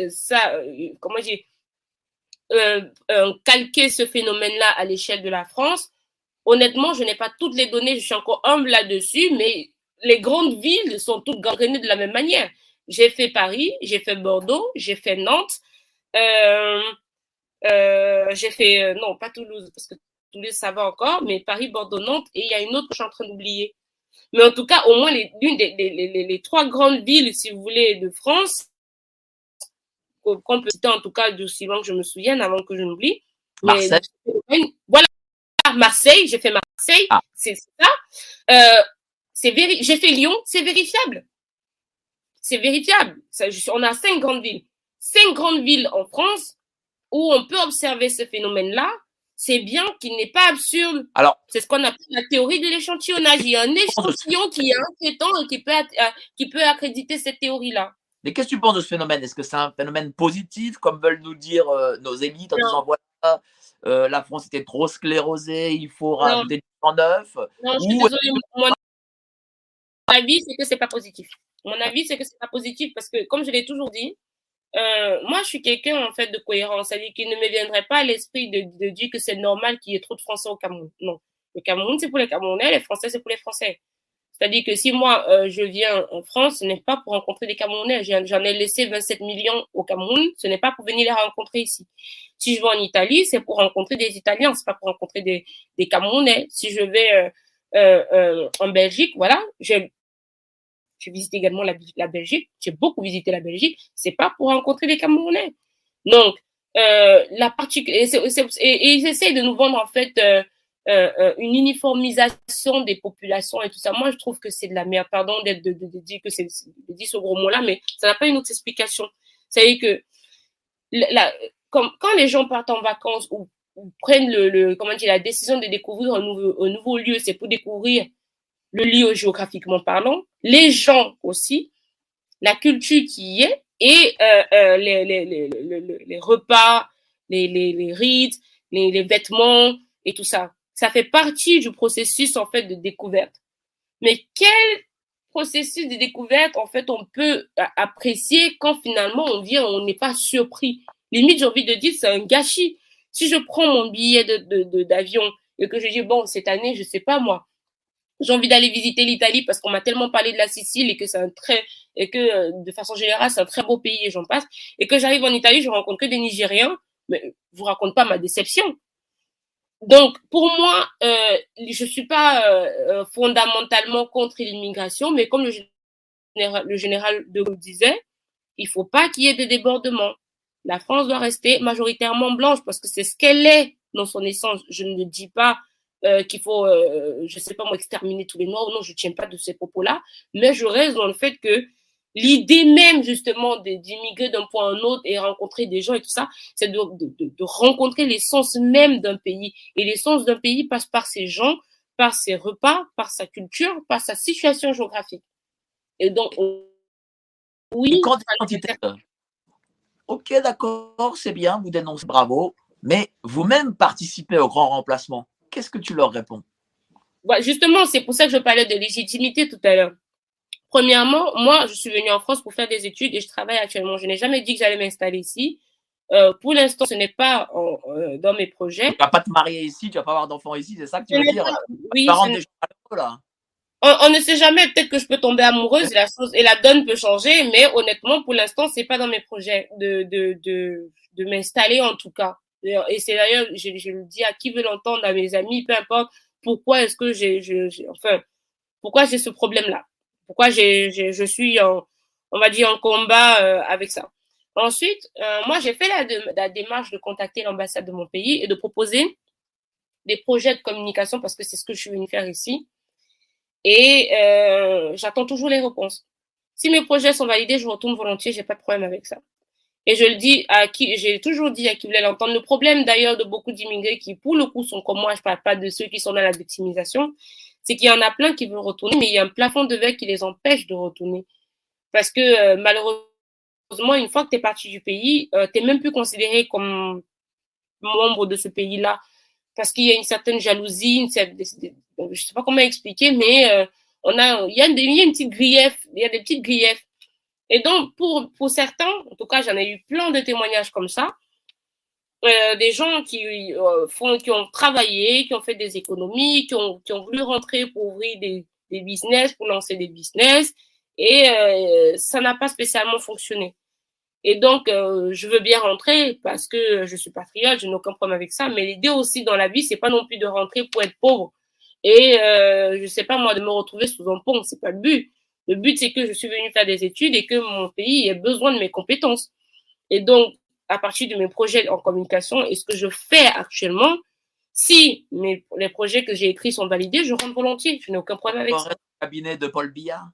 calquer ce phénomène-là à l'échelle de la France, honnêtement, je n'ai pas toutes les données, je suis encore humble là-dessus, mais les grandes villes sont toutes gangrénées de la même manière. J'ai fait Paris, j'ai fait Bordeaux, j'ai fait Nantes, j'ai fait, non, pas Toulouse, parce que Toulouse, ça va encore, mais Paris, Bordeaux, Nantes, et il y a une autre que je suis en train d'oublier. Mais en tout cas, au moins, les trois grandes villes, si vous voulez, de France, qu'on peut citer en tout cas d'aussi loin que je me souvienne, avant que je n'oublie. Marseille. Voilà, Marseille, j'ai fait Marseille, c'est ça. J'ai fait Lyon, c'est vérifiable. C'est vérifiable. On a 5 grandes villes. 5 grandes villes en France où on peut observer ce phénomène-là. C'est bien qu'il n'est pas absurde. Alors, c'est ce qu'on appelle la théorie de l'échantillonnage. Il y a un échantillon qui est inquiétant et qui peut accréditer cette théorie-là. Mais qu'est-ce que tu penses de ce phénomène? Est-ce que c'est un phénomène positif, comme veulent nous dire nos élites, en disant voilà, la France était trop sclérosée, il faut rajouter du sang neuf? Non, je suis désolée. Mon avis, c'est que c'est pas positif. Mon avis, c'est que c'est pas positif parce que, comme je l'ai toujours dit, moi, je suis quelqu'un, en fait, de cohérent. C'est-à-dire qu'il ne me viendrait pas à l'esprit de dire que c'est normal qu'il y ait trop de Français au Cameroun. Non. Le Cameroun, c'est pour les Camerounais, les Français, c'est pour les Français. C'est-à-dire que si moi, je viens en France, ce n'est pas pour rencontrer des Camerounais. J'en ai laissé 27 millions au Cameroun, ce n'est pas pour venir les rencontrer ici. Si je vais en Italie, c'est pour rencontrer des Italiens, c'est pas pour rencontrer des Camerounais. Si je vais en Belgique, voilà, j'ai visité également la Belgique, j'ai beaucoup visité la Belgique, c'est pas pour rencontrer des Camerounais. Donc, la partie, et ils essayent de nous vendre, en fait, une uniformisation des populations et tout ça. Moi, je trouve que c'est de la merde. Pardon de dire que de dire ce gros mot-là, mais ça n'a pas une autre explication. C'est-à-dire que quand les gens partent en vacances ou prennent la décision de découvrir un nouveau lieu, c'est pour découvrir le lieu géographiquement parlant, les gens aussi, la culture qui y est et les repas, les rites, les vêtements et tout ça. Ça fait partie du processus, en fait, de découverte. Mais quel processus de découverte, en fait, on peut apprécier quand finalement on n'est pas surpris? Limite, j'ai envie de dire, c'est un gâchis. Si je prends mon billet d'avion et que je dis, bon, cette année, je sais pas moi, j'ai envie d'aller visiter l'Italie parce qu'on m'a tellement parlé de la Sicile et que de façon générale, c'est un très beau pays et j'en passe. Et que j'arrive en Italie, je rencontre que des Nigériens, mais je vous raconte pas ma déception. Donc, pour moi, je suis pas fondamentalement contre l'immigration, mais comme le général de Gaulle disait, il faut pas qu'il y ait des débordements. La France doit rester majoritairement blanche parce que c'est ce qu'elle est dans son essence. Je ne dis pas qu'il faut, je sais pas moi, exterminer tous les Noirs. Non, je tiens pas de ces propos-là, mais je reste dans le fait que l'idée même, justement, d'immigrer d'un point à un autre et rencontrer des gens et tout ça, c'est de rencontrer l'essence même d'un pays. Et l'essence d'un pays passe par ces gens, par ses repas, par sa culture, par sa situation géographique. Et donc, oui. Ok, d'accord, c'est bien, vous dénoncez, bravo. Mais vous-même participez au grand remplacement. Qu'est-ce que tu leur réponds? Bah, justement, c'est pour ça que je parlais de légitimité tout à l'heure. Premièrement, moi, je suis venue en France pour faire des études et je travaille actuellement. Je n'ai jamais dit que j'allais m'installer ici. Pour l'instant, ce n'est pas dans mes projets. Tu vas pas te marier ici, tu vas pas avoir d'enfants ici, c'est ça que tu veux dire? Oui, là. On ne sait jamais, peut-être que je peux tomber amoureuse et la donne peut changer, mais honnêtement, pour l'instant, c'est pas dans mes projets de m'installer en tout cas. Et c'est d'ailleurs, je le dis à qui veut l'entendre, à mes amis, peu importe, pourquoi est-ce que pourquoi j'ai ce problème-là? Pourquoi je suis on va dire en combat avec ça. Ensuite, moi, j'ai fait la démarche de contacter l'ambassade de mon pays et de proposer des projets de communication parce que c'est ce que je suis venue faire ici. Et j'attends toujours les réponses. Si mes projets sont validés, je retourne volontiers, j'ai pas de problème avec ça. Et je le dis à qui, j'ai toujours dit à qui voulait l'entendre. Le problème d'ailleurs de beaucoup d'immigrés qui, pour le coup, sont comme moi, je parle pas de ceux qui sont dans la victimisation, c'est qu'il y en a plein qui veulent retourner, mais il y a un plafond de verre qui les empêche de retourner. Parce que malheureusement, une fois que tu es parti du pays, tu n'es même plus considéré comme membre de ce pays-là. Parce qu'il y a une certaine jalousie, je sais pas comment expliquer, mais il y a une petite grief, il y a des petites griefs. Et donc, pour certains, en tout cas, j'en ai eu plein de témoignages comme ça, des gens qui ont travaillé, qui ont fait des économies, qui ont voulu rentrer pour ouvrir des business, pour lancer des business, et ça n'a pas spécialement fonctionné. Et donc, je veux bien rentrer parce que je suis patriote, je n'ai aucun problème avec ça. Mais l'idée aussi dans la vie, c'est pas non plus de rentrer pour être pauvre. Et je sais pas moi de me retrouver sous un pont, c'est pas le but. Le but c'est que je suis venue faire des études et que mon pays ait besoin de mes compétences. Et donc, à partir de mes projets en communication et ce que je fais actuellement, si les projets que j'ai écrits sont validés, je rentre volontiers. Je n'ai aucun problème avec ça. Le cabinet de Paul Biya.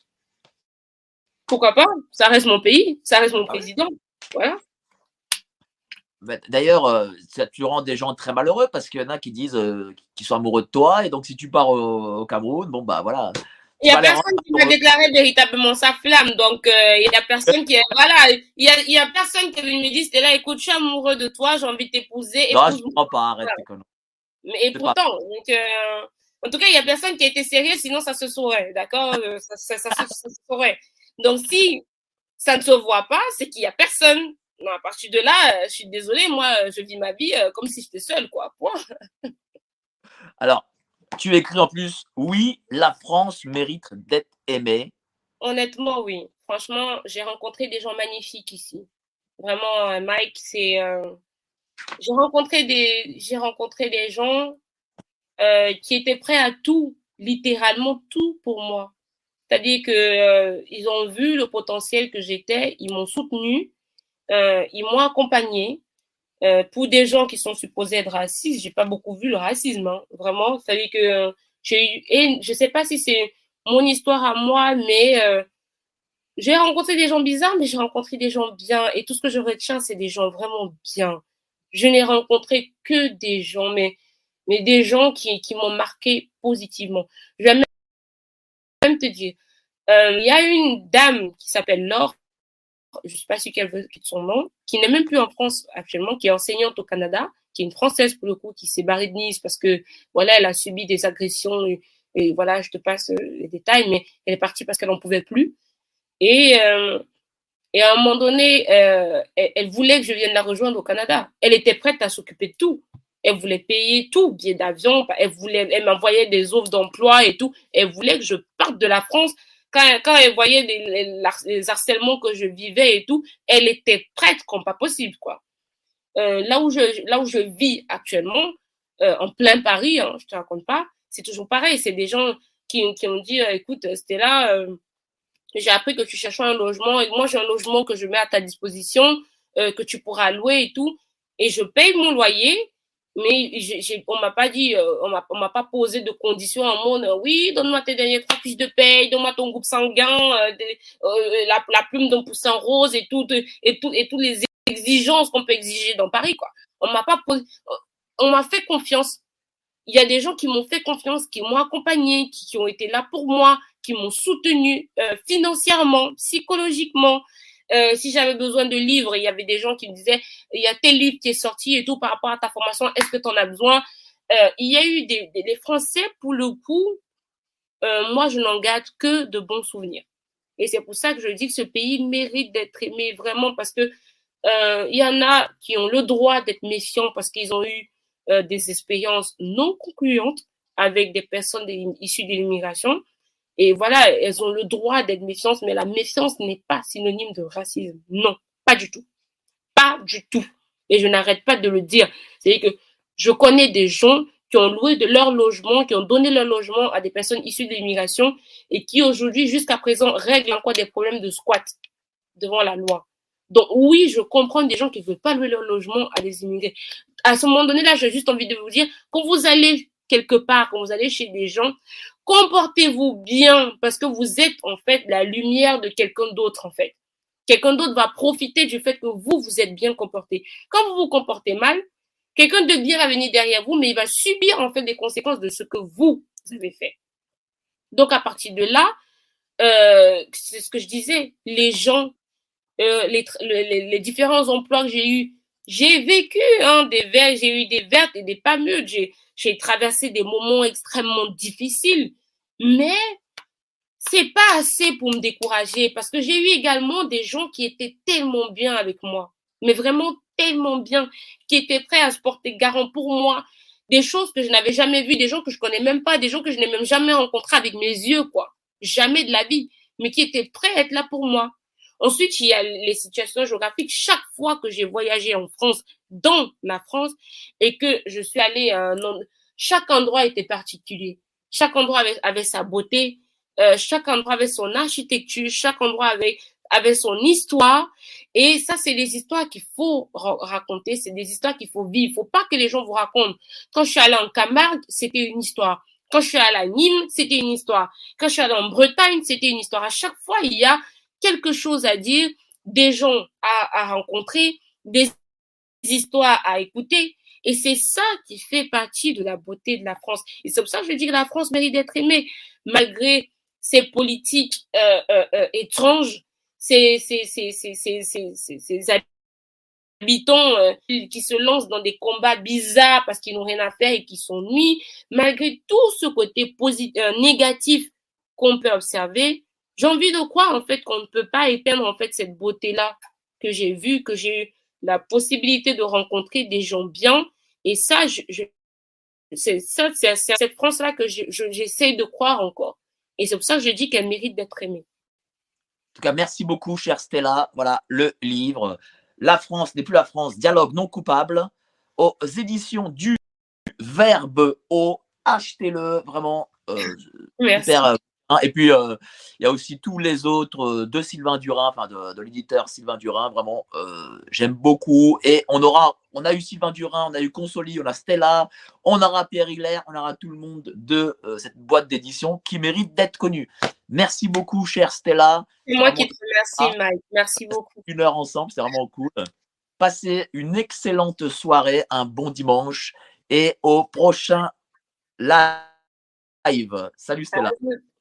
Pourquoi pas? Ça reste mon pays, ça reste mon président. Voilà. D'ailleurs, tu rends des gens très malheureux parce qu'il y en a qui disent qu'ils sont amoureux de toi et donc si tu pars au Cameroun, bon bah voilà. Il y a personne qui m'a déclaré véritablement sa flamme, donc il y a personne qui est voilà, il y a personne qui me dit c'était là, écoute, je suis amoureux de toi, j'ai envie de t'épouser. Non, je ne comprends pas, arrête tes conneries. Mais et pourtant, donc, en tout cas, il y a personne qui a été sérieux, sinon ça se saurait, d'accord, ça se saurait. Donc si ça ne se voit pas, c'est qu'il y a personne. Non, à partir de là, je suis désolée, moi, je vis ma vie comme si j'étais seule, quoi. Point. Alors, tu écris en plus, oui, la France mérite d'être aimée. Honnêtement, oui. Franchement, j'ai rencontré des gens magnifiques ici. Vraiment, Mike, c'est. J'ai rencontré des gens qui étaient prêts à tout, littéralement tout pour moi. C'est-à-dire que ils ont vu le potentiel que j'étais, ils m'ont soutenu, ils m'ont accompagné. Pour des gens qui sont supposés être racistes, j'ai pas beaucoup vu le racisme, hein, vraiment. C'est-à-dire que et je sais pas si c'est mon histoire à moi, mais j'ai rencontré des gens bizarres, mais j'ai rencontré des gens bien. Et tout ce que je retiens, c'est des gens vraiment bien. Je n'ai rencontré que des gens, mais des gens qui m'ont marqué positivement. Je vais même te dire, il y a une dame qui s'appelle Laure, je ne sais pas si elle veut son nom, qui n'est même plus en France actuellement, qui est enseignante au Canada, qui est une Française pour le coup, qui s'est barrée de Nice parce que voilà, elle a subi des agressions et voilà, je te passe les détails, mais elle est partie parce qu'elle n'en pouvait plus. Et à un moment donné, elle voulait que je vienne la rejoindre au Canada. Elle était prête à s'occuper de tout. Elle voulait payer tout, billets d'avion, elle m'envoyait des offres d'emploi et tout. Elle voulait que je parte de la France. Quand elle voyait les harcèlements que je vivais et tout, elle était prête comme pas possible, quoi. Là où je vis actuellement, en plein Paris, hein, je te raconte pas, c'est toujours pareil. C'est des gens qui ont dit, écoute, c'était là, j'ai appris que tu cherchais un logement et moi j'ai un logement que je mets à ta disposition, que tu pourras louer et tout. Et je paye mon loyer, mais on m'a pas dit, on m'a pas posé de conditions en mode, oui, donne-moi tes dernières 3 fiches de paye, donne-moi ton groupe sanguin, la plume d'un poussin rose et toutes les exigences qu'on peut exiger dans Paris, quoi. On m'a pas posé, on m'a fait confiance. il y a des gens qui m'ont fait confiance, qui m'ont accompagné, qui ont été là pour moi, qui m'ont soutenu financièrement, psychologiquement. Si j'avais besoin de livres, il y avait des gens qui me disaient, il y a tel livre qui est sorti et tout par rapport à ta formation, est-ce que tu en as besoin? Il y a eu des Français, pour le coup, moi, je n'en garde que de bons souvenirs. Et c'est pour ça que je dis que ce pays mérite d'être aimé vraiment, parce que il y en a qui ont le droit d'être méfiants parce qu'ils ont eu des expériences non concluantes avec des personnes issues de l'immigration. Et voilà, elles ont le droit d'être méfiantes, mais la méfiance n'est pas synonyme de racisme. Non, pas du tout. Pas du tout. Et je n'arrête pas de le dire. C'est-à-dire que je connais des gens qui ont loué de leur logement, qui ont donné leur logement à des personnes issues de l'immigration et qui aujourd'hui, jusqu'à présent, règlent encore des problèmes de squat devant la loi. Donc oui, je comprends des gens qui ne veulent pas louer leur logement à des immigrés. À ce moment donné-là, j'ai juste envie de vous dire, quand vous allez quelque part, quand vous allez chez des gens, comportez-vous bien parce que vous êtes en fait la lumière de quelqu'un d'autre en fait. Quelqu'un d'autre va profiter du fait que vous êtes bien comporté. Quand vous vous comportez mal, quelqu'un de bien va venir derrière vous, mais il va subir en fait les conséquences de ce que vous avez fait. Donc à partir de là, c'est ce que je disais, les gens, les différents emplois que j'ai eus, j'ai vécu j'ai eu des vertes et des pas mûres, j'ai traversé des moments extrêmement difficiles, mais c'est pas assez pour me décourager parce que j'ai eu également des gens qui étaient tellement bien avec moi, mais vraiment tellement bien, qui étaient prêts à se porter garant pour moi, des choses que je n'avais jamais vues, des gens que je connais même pas, des gens que je n'ai même jamais rencontrés avec mes yeux, quoi. Jamais de la vie, mais qui étaient prêts à être là pour moi. Ensuite, il y a les situations géographiques. Chaque fois que j'ai voyagé en France, dans la France, et que je suis allée chaque endroit était particulier. Chaque endroit avait sa beauté. Chaque endroit avait son architecture, chaque endroit avait son histoire. Et ça, c'est des histoires qu'il faut raconter, c'est des histoires qu'il faut vivre. Il faut pas que les gens vous racontent. Quand je suis allée en Camargue, c'était une histoire. Quand je suis allée à Nîmes, c'était une histoire. Quand je suis allée en Bretagne, c'était une histoire. À chaque fois, il y a quelque chose à dire, des gens à rencontrer, des histoires à écouter. Et c'est ça qui fait partie de la beauté de la France. Et c'est pour ça que je dis que la France mérite d'être aimée, malgré ces politiques étranges, ces habitants qui se lancent dans des combats bizarres parce qu'ils n'ont rien à faire et qui s'ennuient, malgré tout ce côté négatif qu'on peut observer, j'ai envie de croire en fait qu'on ne peut pas éteindre en fait cette beauté-là que j'ai vue, que j'ai eu la possibilité de rencontrer des gens bien. Et ça, c'est cette France-là que j'essaie de croire encore. Et c'est pour ça que je dis qu'elle mérite d'être aimée. En tout cas, merci beaucoup, chère Stella. Voilà le livre. La France n'est plus la France, dialogue non coupable, aux éditions du Verbe O. Achetez-le, vraiment. Super. Et puis, il y a aussi tous les autres de Sylvain Durin, enfin de l'éditeur Sylvain Durin. Vraiment, j'aime beaucoup. Et on a eu Sylvain Durin, on a eu Consoli, on a Stella, on aura Pierre Hilaire, on aura tout le monde de cette boîte d'édition qui mérite d'être connue. Merci beaucoup, chère Stella. C'est moi qui te remercie, Mike. Merci beaucoup. Une heure ensemble, c'est vraiment cool. Passez une excellente soirée, un bon dimanche et au prochain live. Salut Stella.